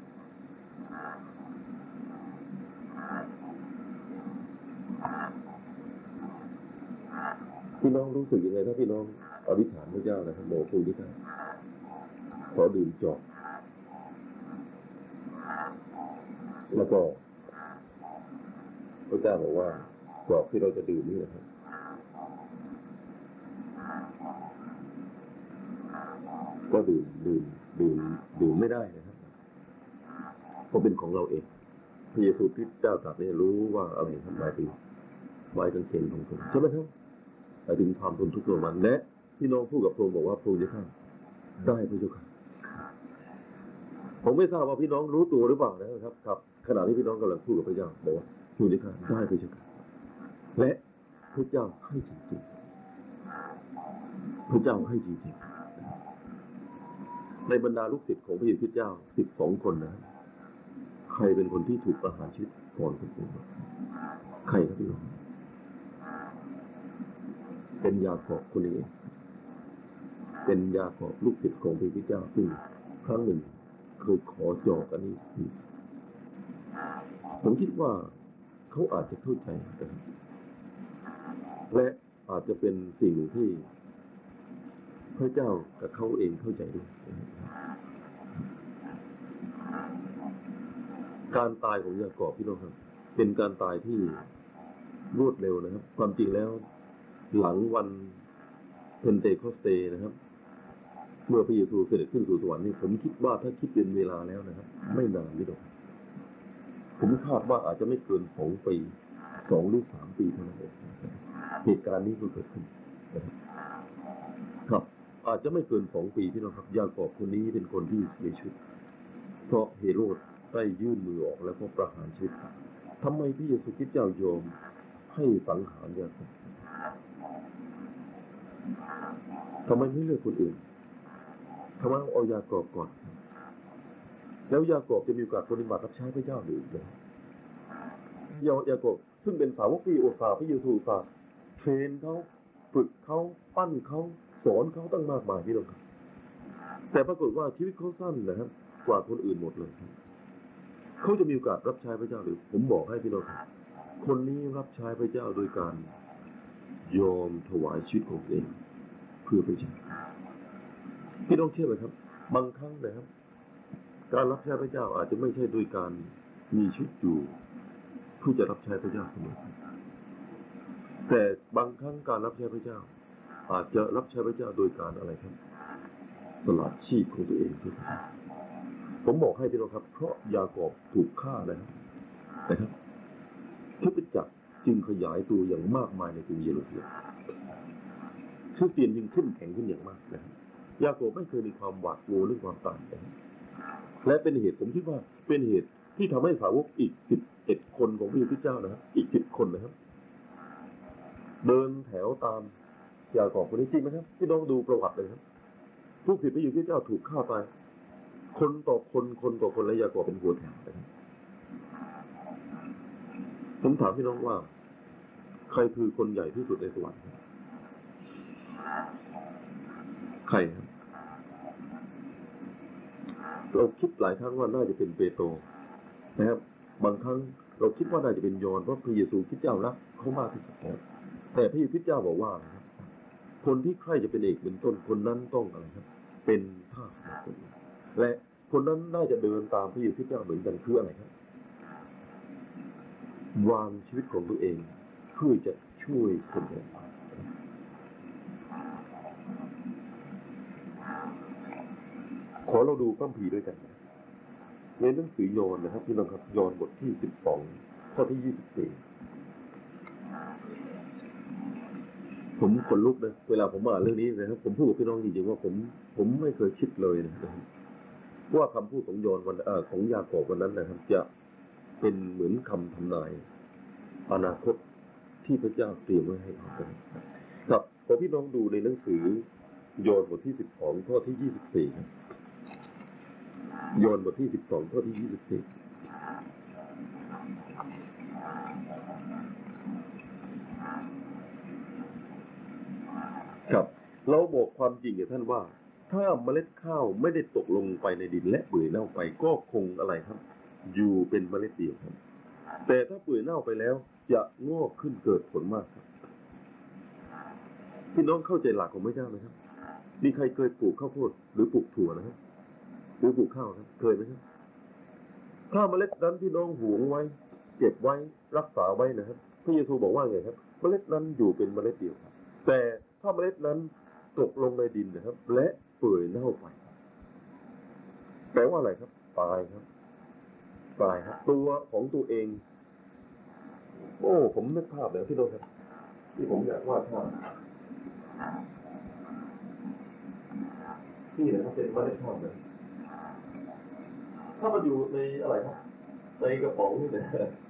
พี่น้องรู้สึกยังไงถ้าพี่น้องอธิษฐานพระเจ้านะครับบอกคุณที่ท่านขอดื่มจอกแล้วก็พระเจ้าบอกว่าจอกที่เราจะดื่มนี่นะครับก็ดื่มไม่ได้นะครับเพราะเป็นของเราเองพระเยซูคริสต์เจ้าตรัสเนี่ยรู้ว่าอะไรทำไมถึงไว้กางเขนของพระองค์ใช่ไหมครับหมายถึงความทนทุกข์ทรมานและพี่น้องพูดกับพระองค์บอกว่าพระองค์จะข้าได้พระเจ้าค่ะผมไม่ทราบว่าพี่น้องรู้ตัวหรือเปล่านะครับครับขณะที่พี่น้องกำลังพูดกับพระเจ้าบอกว่าพระองค์จะข้าได้พระเจ้าค่ะและพระเจ้าให้จริงๆพระเจ้าให้จริงๆในบรรดาลูกศิษย์ของพระเยซูคริสต์เจ้า12 คนนะใครเป็นคนที่ถูกประหารชีวิตก่อนคนอื่นใครครับพี่น้องเป็นยากอบคนนี้เองเป็นยากอบลูกศิษย์ของพระเยซูเจ้าซึ่งครั้งหนึ่งเคยขอจอกอันนี้ผมคิดว่าเขาอาจจะเข้าใจและอาจจะเป็นสิ่งที่พระเจ้ากับเขาเองเข้าใจด้วยการตายของยากอบพี่น้องครับเป็นการตายที่รวดเร็วนะครับความจริงแล้วหลังวันเพนเทคอสเตนะครับเมื่อพระเยซูเสด็จขึ้นสู่สวรรค์นี่ผมคิดว่าถ้าคิดเป็นเวลาแล้วนะครับไม่นานพี่น้องผมคาดว่าอาจจะไม่เกิน2 ปี2 หรือ 3 ปีเท่านั้นเองเหตุการณ์นี้ก็เกิดขึ้นครับอาจจะไม่เกิน2 ปีพี่น้องครับยากอบคนนี้เป็นคนที่เสียชีวิตเพราะเฮโรดได้ยื่นมือออกแล้วก็ประหารชีวิตทำไมพระเยซูคริสต์เจ้ายอมให้สังหารยากอบทำไมไม่เลือกคนอื่นทำไมเอายากอบก่อนแล้วยากอบจะมีโอกาสปฏิบัติรับใช้พระเจ้าหรือไม่ยากอบซึ่งเป็นสาวกที่อุตส่าห์พระเยซูอุตส่าห์เทรนเขาฝึกเขาปั้นเขาสอนเขาตั้งมากมายพี่น้องครับแต่ปรากฏว่าชีวิตเขาสั้นนะครับกว่าคนอื่นหมดเลยเขาจะมีโอกาสรับใช้พระเจ้าหรือผมบอกให้พี่น้องครับคนนี้รับใช้พระเจ้าโดยการยอมถวายชีวิตของตัวเองพื่อพระเจ้าพี่น้องเชื่อไหมครับบางครั้งนะครับการรับใช้พระเจ้าอาจจะไม่ใช่โดยการมีชีวิตอยู่เพื่อจะรับใช้พระเจ้าเสมอแต่บางครั้งการรับใช้พระเจ้าอาจจะรับใช้พระเจ้าโดยการอะไรครับสละชีพของตัวเองเพื่อพระเจ้าผมบอกให้พี่น้องครับเพราะยากอบถูกฆ่านะครับคริสตจักรจึงขยายตัวอย่างมากมายในกรุงเยรูซาเล็มคริสเตียนจึงเข้มแข็งขึ้นอย่างมากนะครับยากอบไม่เคยมีความหวาดกลัวเรื่องความตายนะครับและเป็นเหตุผมคิดว่าเป็นเหตุที่ทำให้สาวกอีก11 คนของพระเยซูเจ้านะครับอีก10 คนนะครับเดินแถวตามยากอบคนนี้จริงไหมครับพี่น้องดูประวัติเลยครับทุกศิษย์พระเยซูเจ้าถูกฆ่าตายคนต่อคนและยากอบเป็นหัวแถวนะครับผมถามพี่น้องว่าใครคือคนใหญ่ที่สุดในสวรรค์ใครครับเราคิดหลายครั้งว่าน่าจะเป็นเปโตรนะครับบางครั้งเราคิดว่าน่าจะเป็นยอห์นเพราะพระเยซูคริสต์เจ้ารักเขามากที่สุดแต่พระเยซูคริสต์เจ้าบอกว่านะครับคนที่ใครจะเป็นเอกเป็นต้นคนนั้นต้องอะไรครับเป็นทาสของคนและคนนั้นน่าจะเดินตามพระเยซูคริสต์เจ้าเหมือนกันคืออะไรครับวางชีวิตของตัวเองเพื่อจะช่วยคนอื่นขอเราดูพระคัมภีร์ด้วยกันในหนังสือยอห์นนะครับพี่น้องครับยอห์นบทที่12ข้อที่24ผมขนลุกนะเวลาผมอ่านเรื่องนี้นะครับผมพูดกับพี่น้องจริงๆว่าผมไม่เคยคิดเลยนะครับว่าคำพูดของยอห์นของยากอบวันนั้นนะครับจะเป็นเหมือนคำทำนายอนาคตที่พระเจ้าเตรียมไว้ให้เราครับพอพี่น้องดูในหนังสือยอห์นบทที่12ข้อที่24ครับยอห์นบทที่12ข้อที่24ครับเราบอกความจริงกับท่านว่าถ้าเมล็ดข้าวไม่ได้ตกลงไปในดินและเปื่อยเน่าไปก็คงอะไรครับอยู่เป็นเมล็ดเดียวครับแต่ถ้าเปื่อยเน่าไปแล้วจะงอกขึ้นเกิดผลมากครับพี่น้องเข้าใจหลักของพระเจ้าไหมครับมีใครเคยปลูกข้าวโพดหรือปลูกถั่วนะครับหรือปลูกข้าวครับเคยไหมครับถ้าเมล็ดนั้นพี่น้องหวงไว้เก็บไว้รักษาไว้นะครับพระเยซูบอกว่าไงครับเมล็ดนั้นอยู่เป็นเมล็ดเดียวครับแต่ถ้าเมล็ดนั้นตกลงในดินนะครับและเปื่อยเน่าไปแปลว่าอะไรครับตายครับตายครับตัวของตัวเองโอ้ผมนึกภาพเลยพี่น้องครับที่ผมอยากวาดภาพที่นะครับเป็นเมล็ดข้าวเลยถ้ามันอยู่ในอะไรครับในกระป๋องนี่นะ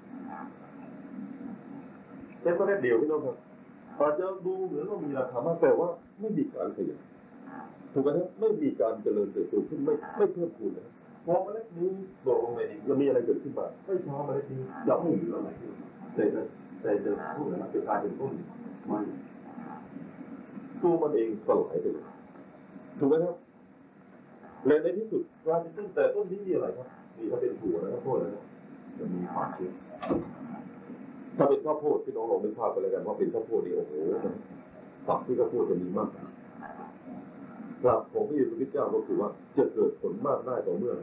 เป็นเมล็ดเดียวพี่น้องครับอาจจะดูเหมือนว่ามีราคามากแต่ว่าไม่มีการขยายถูกไหมครับไม่มีการเจริญเติบโตขึ้นไม่เพิ่มพูนนะครับพอเมล็ดนี้ตกลงในดินจะมีอะไรเกิดขึ้นมาไม่ช้าเมล็ดนี้จะไม่เหลืออะไรแต่จะพูดนะจะกลายเป็นต้นไม้ตัวมันเองสลายไปเลยถูกไหมครับและในที่สุดกลายเป็นต้นแต่ต้นนี้มีอะไรครับมีถ้าเป็นถั่วนะครับโทษนะครับจะมีความชื้นถ้าเป็นข้าวโพดพี่น้องลองนึกภาพไปเลยกันว่าเป็นข้าวโพดนี่โอ้โหฝักที่ข้าวโพดจะมีมากหลักของพระเยซูคริสต์เจ้าก็คือว่าจะเกิดผลมากได้ต่อเมื่อ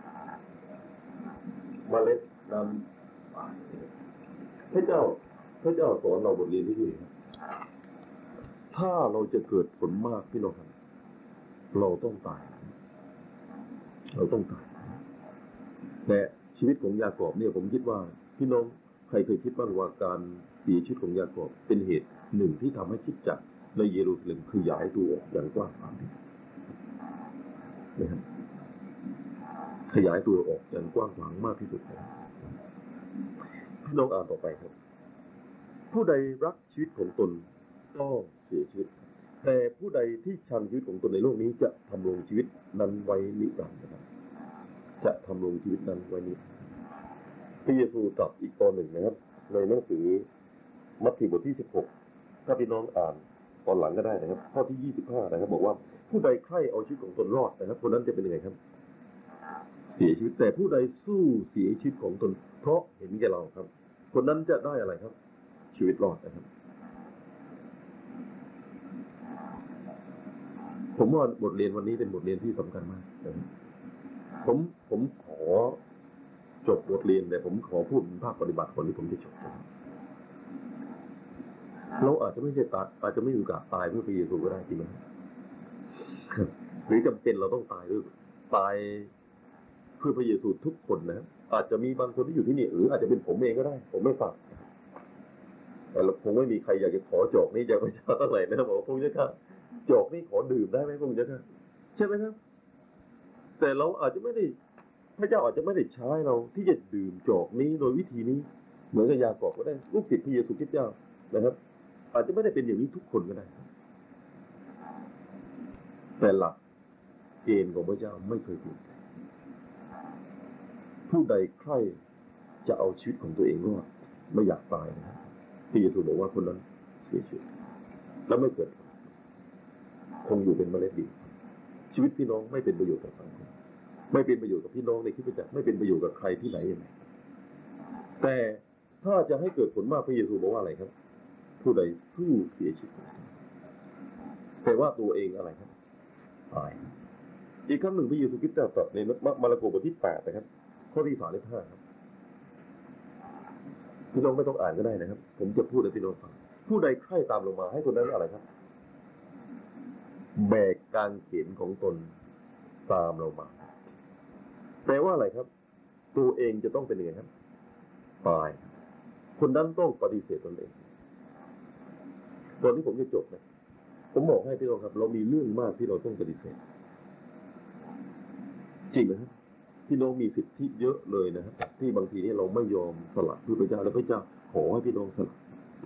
เมล็ดนำพระเจ้าสอนเราบทเรียนที่นี่ถ้าเราจะเกิดผลมากพี่น้องครับเราต้องตายแต่ชีวิตของยากอบเนี่ยผมคิดว่าพี่น้องใครเคยคิดบ้างว่าการเสียชีวิตของยากอบเป็นเหตุหนึ่งที่ทำให้คริสตจักรในเยรูซาเล็มขยายตัวออกอย่างกว้างขวางที่สุดนะครับขยายตัวออกอย่างกว้างขวางมากที่สุดพี่น้องอ่านต่อไปครับผู้ใดรักชีวิตของตนต้องเสียชีวิตแต่ผู้ใดที่ชังชีวิตของตนในโลกนี้จะทำลงชีวิตนั้นไว้นิรันดร์นะครับจะทำลงชีวิตนั้นไว้นิรันดร์พระเยซูตรัสอีกตอนหนึ่งนะครับในหนังสือมัทธิวบทที่16ถ้าพี่น้องอ่านตอนหลังก็ได้นะครับข้อที่25นะครับบอกว่าผู้ใดใคร่เอาชีวิตของตนรอดนะครับคนนั้นจะเป็นยังไงครับเสียชีวิตแต่ผู้ใดสู้เสียชีวิตของตนเพราะเห็นแก่เราครับคนนั้นจะได้อะไรครับชีวิตรอดนะครับผมว่าบทเรียนวันนี้เป็นบทเรียนที่สำคัญมากนะครับผมขอจบบทเรียนแต่ผมขอพูดภาคปฏิบัติก่อนที่ผมจะจบนะครับเราอาจจะไม่ใช่ตายอาจจะไม่มีโอกาสตายเพื่อพระเยซูก็ได้จริงไหมหรือจำเป็นเราต้องตายด้วยตายเพื่อพระเยซูทุกคนนะอาจจะมีบางคนที่อยู่ที่นี่หรืออาจจะเป็นผมเองก็ได้ผมไม่ทราบแต่คงไม่มีใครอยากจะขอจอกนี้จากพระเจ้าเท่าไหร่นะบอกพระเจ้าค่ะจอกนี้ขอดื่มได้ไหมพระเจ้าค่ะใช่ไหมครับแต่เราอาจจะไม่ได้พระเจ้าอาจจะไม่ได้ใช้เราที่จะดื่มจอกนี้โดยวิธีนี้เหมือนกับยากอบก็ได้ลูกศิษย์พระเยซูคริสต์เจ้านะครับอาจจะไม่ได้เป็นอย่างนี้ทุกคนก็ได้แต่หลักเกณฑ์ของพระเจ้าไม่เคยเปลี่ยนผู้ใดใคร่จะเอาชีวิตของตัวเองรอดไม่อยากตายนะครับพระเยซูบอกว่าคนนั้นเสียชีวิตแล้วไม่เกิดคงอยู่เป็นเมล็ดดีชีวิตพี่น้องไม่เป็นประโยชน์ต่อสังคมไม่เป็นประโยชน์กับพี่น้องในคริสตจักรไม่เป็นประโยชน์กับใครที่ไหนยังไงแต่ถ้าจะให้เกิดผลมากพระเยซูบอกว่าอะไรครับผู้ใดสู้เสียชีวิตแต่ว่าตัวเองอะไรครับตายอีกครั้งหนึ่งพระเยซูคริสต์ตรัสในมาระโกบทที่8นะครับข้อที่35ครับพี่น้องไม่ต้องอ่านก็ได้นะครับผมจะพูดให้พี่น้องฟังผู้ใดใคร่ตามลงมาให้คนนั้นอะไรครับแบกกางเขนของตนตามเรามาแปลว่าอะไรครับตัวเองจะต้องเป็นยังไงครับตายคนนั้นต้องปฏิเสธตนเองตอนที่ผมจะจบนะผมบอกให้พี่น้องครับเรามีเรื่องมากที่เราต้องปฏิเสธจริงนะครับพี่น้องมีสิทธิเยอะเลยนะครับที่บางทีนี่เราไม่ยอมสละเพื่อพระเจ้าแล้วพระเจ้าขอให้พี่น้องสละ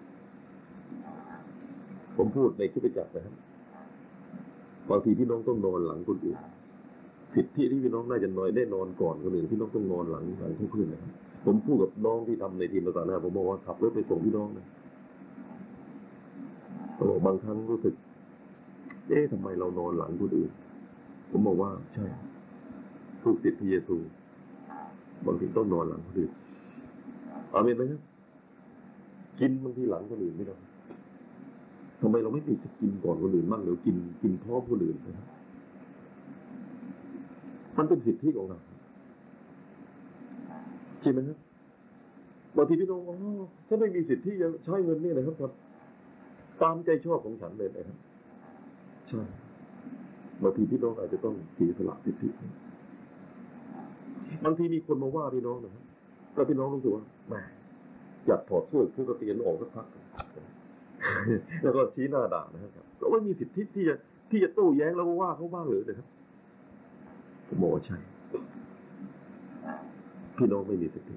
ผมพูดในคริสตจักรนะครับบางทีพี่น้องต้องนอนหลังคนอื่นสิทธิที่พี่น้องน่าจะนอนได้นอนก่อนคนอื่นพี่น้องต้องนอนหลังเพื่อนนะครับผมพูดกับน้องที่ทำในทีมประสานงานผมบอกว่าขับรถไปส่งพี่น้องนะบางครั้งรู้สึกทำไมเรานอนหลังคนอื่นผมบอกว่าใช่ลูกศิษย์พระเยซูบางทีต้องนอนหลังคนอื่นอาเมนไหมครับกินบางทีหลังคนอื่นไม่ได้ทำไมเราไม่มีสิทธิ์กินก่อนคนอื่นบ้างหรือกินพร้อมคนอื่นนะครับมันเป็นสิทธิของเราใช่ไหมครับบางทีพี่น้องถ้าไม่มีสิทธิ์ที่จะใช้เงินนี่นะครับตามใจชอบของฉันเลยนะครับใช่บางทีพี่น้องอาจจะต้องเสียสละสิทธิบางทีมีคนมาว่าพี่น้องนะครับแล้วพี่น้องรู้สึกว่าแหมอยากถอดเสื้อคือกระเตียนออกสักพักแล้วก็ชี้หน้าด่านะครับเราไม่มีสิทธิที่จะโต้แย้งแล้วว่าเขาบ้างเลยนะครับผมบอกว่าใช่พี่น้องไม่มีสิทธิ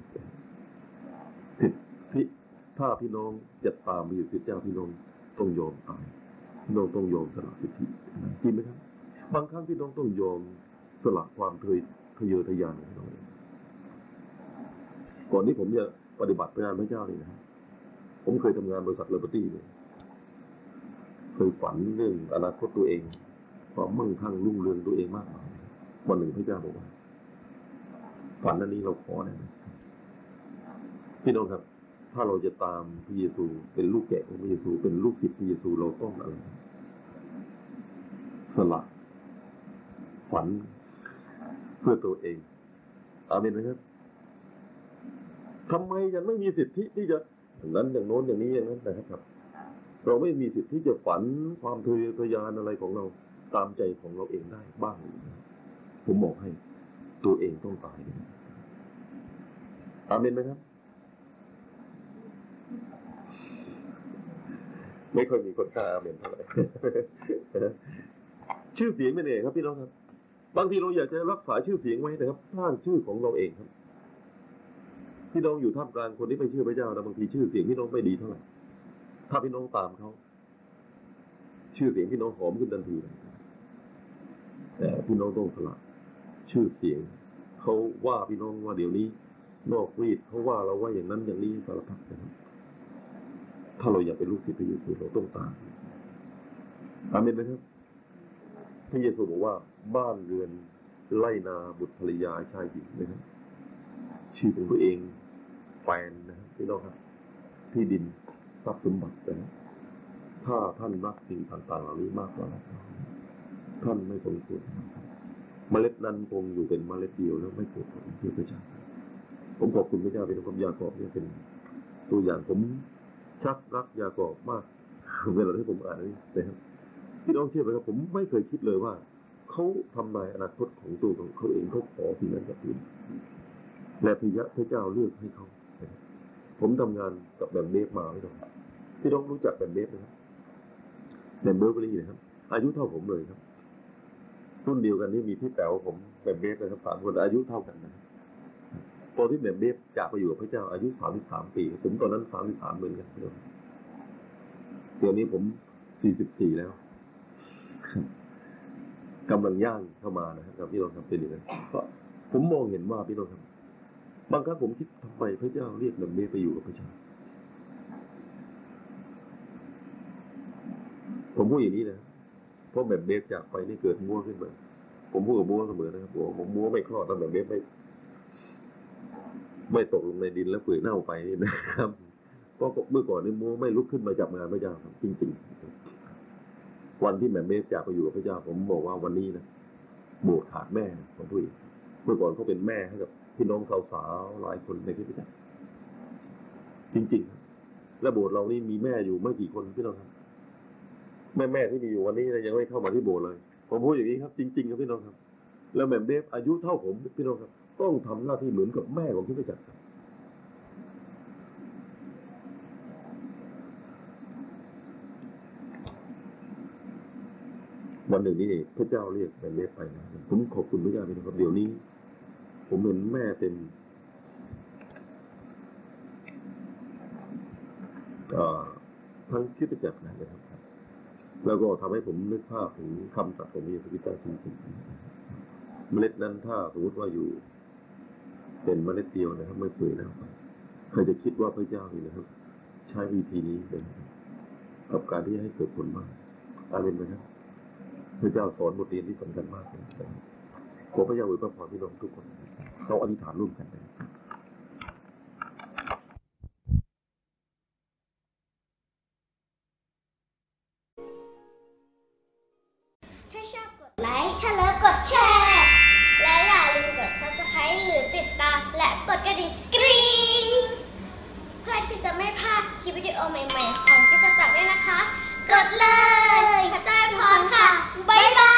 ถ้าพี่น้องจะตามไปอยู่ที่เจ้าพี่น้องต้องยอมตายพี่น้องต้องยอมสละสิทธิจริงไหมครับบางครั้งพี่น้องต้องยอมสละความทะเยอทะยานของพี่น้องก่อนที่ผมจะปฏิบัติงานพระเจ้านี่นะผมเคยทำงานบริษัทเลเบอร์ตี้เลยเคยฝันเรื่องอนาคตตัวเองความมั่งคั่งรุ่งเรืองตัวเองมากมายวันหนึ่งพระเจ้าบอกว่าฝันนั้นนี้เราขอได้ไหมพี่น้องครับถ้าเราจะตามพระเยซูเป็นลูกแกะของพระเยซูเป็นลูกศิษย์พระเยซูเราต้องอะไรสละฝันเพื่อตัวเองอาเมนไหมครับทำไมยังไม่มีสิทธิที่จะอย่างนั้นอย่างโน้นอย่างนี้อย่างนั้นนะครับเราไม่มีสิทธิที่จะฝันความทะเยอทะยานอะไรของเราตามใจของเราเองได้บ้างผมบอกให้ตัวเองต้องตายอาเมนไหมครับไม่ค่อยมีคนกล้าอาเมนเท่าไหร่ชื่อเสียงเป็นไงครับพี่น้องครับบางทีเราอยากจะรักษาชื่อเสียงไว้นะครับสร้างชื่อของเราเองครับพี่น้องอยู่ท่ามกลางคนที่ไม่เชื่อพระเจ้านะบางทีชื่อเสียงพี่น้องไม่ดีเท่าไหร่ถ้าพี่น้องตามเขาชื่อเสียงพี่น้องหอมขึ้นทันทีแต่พี่น้องต้องสละชื่อเสียงเขาว่าพี่น้องว่าเดี๋ยวนี้นอกรีดเขาว่าเราว่าอย่างนั้นอย่างนี้สารพัดนะครับถ้าเราอยากเป็นลูกศิษย์พระเยซูเราต้องตามอาเมนไหมครับพระเยซูบอกว่าบ้านเรือนไร่นาบุตรภรรยาชายหญิงนะครับชื่อของตัวเองแฟนนะครับพี่น้องครับที่ดินทรัพย์สมบัตินะถ้าท่านรักสิ่งต่างๆเหล่านี้มากกว่าท่านไม่สมควรเมล็ดนั้นคงอยู่เป็นเมล็ดเดียวแล้วไม่เกิดผลที่พระเจ้าผมขอบคุณพระเจ้าเป็นความยากอบเนี่ยเป็นตัวอย่างผมชักรักยากอบมากเวลาที่ผมอ่านนี่นะครับพี่น้องเชื่อไหมครับผมไม่เคยคิดเลยว่าเขาทำนายอนาคตของตัวของเขาเองเขาขอสิ่งนั้นจากพระและพระเจ้าเลือกให้เขาผมทำงานกับแบมเบฟมาพี่น้องรู้จักแบมเบฟไหมครับแบมเบฟนี่นะครับอายุเท่าผมเลยครับรุ่นเดียวกันนี่มีพี่แป๋วผมแบมเบฟนะครับ3 คนอายุเท่ากันนะตอนที่แบมเบฟจากไปอยู่กับพระเจ้าอายุ33 ปีผมตอนนั้น33เหมือนกันเดี๋ยวนี้ผม44แล้วกำลังย่างเข้ามานะครับพี่น้องครับเป็นอย่างนั้นก็ผมมองเห็นว่าพี่น้องครับบางครั้งผมคิดทำไมพระเจ้าเรียกแบมเบฟไปอยู่กับพระเจ้าผมพูดอย่างนี้นะเพราะแบมเบฟจากไปนี่เกิดมั่วขึ้นมาผมพูดกับมั่วเสมอนะครับบอกผมมั่วไม่คลอดตั้งแต่แบมเบฟไม่ตกลงในดินแล้วเปื่อยเน่าไปนี่นะครับเพราะเมื่อก่อนนี่มั่วไม่ลุกขึ้นมาจับงานพระเจ้าครับจริงๆวันที่แบมเบฟจากไปอยู่กับพระเจ้าผมบอกว่าวันนี้นะโบสถ์ขาดแม่ของผู้หญิงเมื่อก่อนเขาเป็นแม่ให้กับพี่น้องสาวๆหลายคนในคริสตจักรจริงๆและโบสถ์เรานี่มีแม่อยู่ไม่กี่คนพี่น้องครับแม่ที่มีอยู่วันนี้ยังไม่เข้ามาที่โบสถ์เลยผมพูดอย่างนี้ครับจริงๆครับพี่น้องครับแล้วแม่เบฟอายุเท่าผมพี่น้องครับต้องทำหน้าที่เหมือนกับแม่ของคริสตจักรวันหนึ่งนี่พระเจ้าเรียกแม่เบฟไปนะผมขอบคุณพระเจ้าพี่น้องครับเดี๋ยวนี้ผมเห็นแม่เป็นทั้งคริสตจักรนะครับแล้วก็ทำให้ผมนึกภาพถึงคำตรัสของพระเยซูคริสต์จริงๆเมล็ดนั้นถ้าสมมติว่าอยู่เป็นเมล็ดเดียวนะครับไม่เปื่อยแล้วใครจะคิดว่าพระเจ้านี่นะครับใช้วิธีนี้เป็นกับการที่ให้เกิดผลมากอาเมนไหมครับพระเจ้าสอนบทเรียนที่สำคัญมากเลยขอพระเจ้าอวยพรพี่น้องทุกคนเราอธิษฐานร่วมกันเลยถ้าชอบกดไลค์ถ้าเลิฟกดแชร์และอย่าลืมกด Subscribe หรือติดตามและกดกระดิ่งกรี๊งเพื่อที่จะไม่พลาดคลิปวิดีโอใหม่ๆของคริสตจักรด้วยนะคะกดเลยพระเจ้าอวยพรค่ะบ๊ายบาย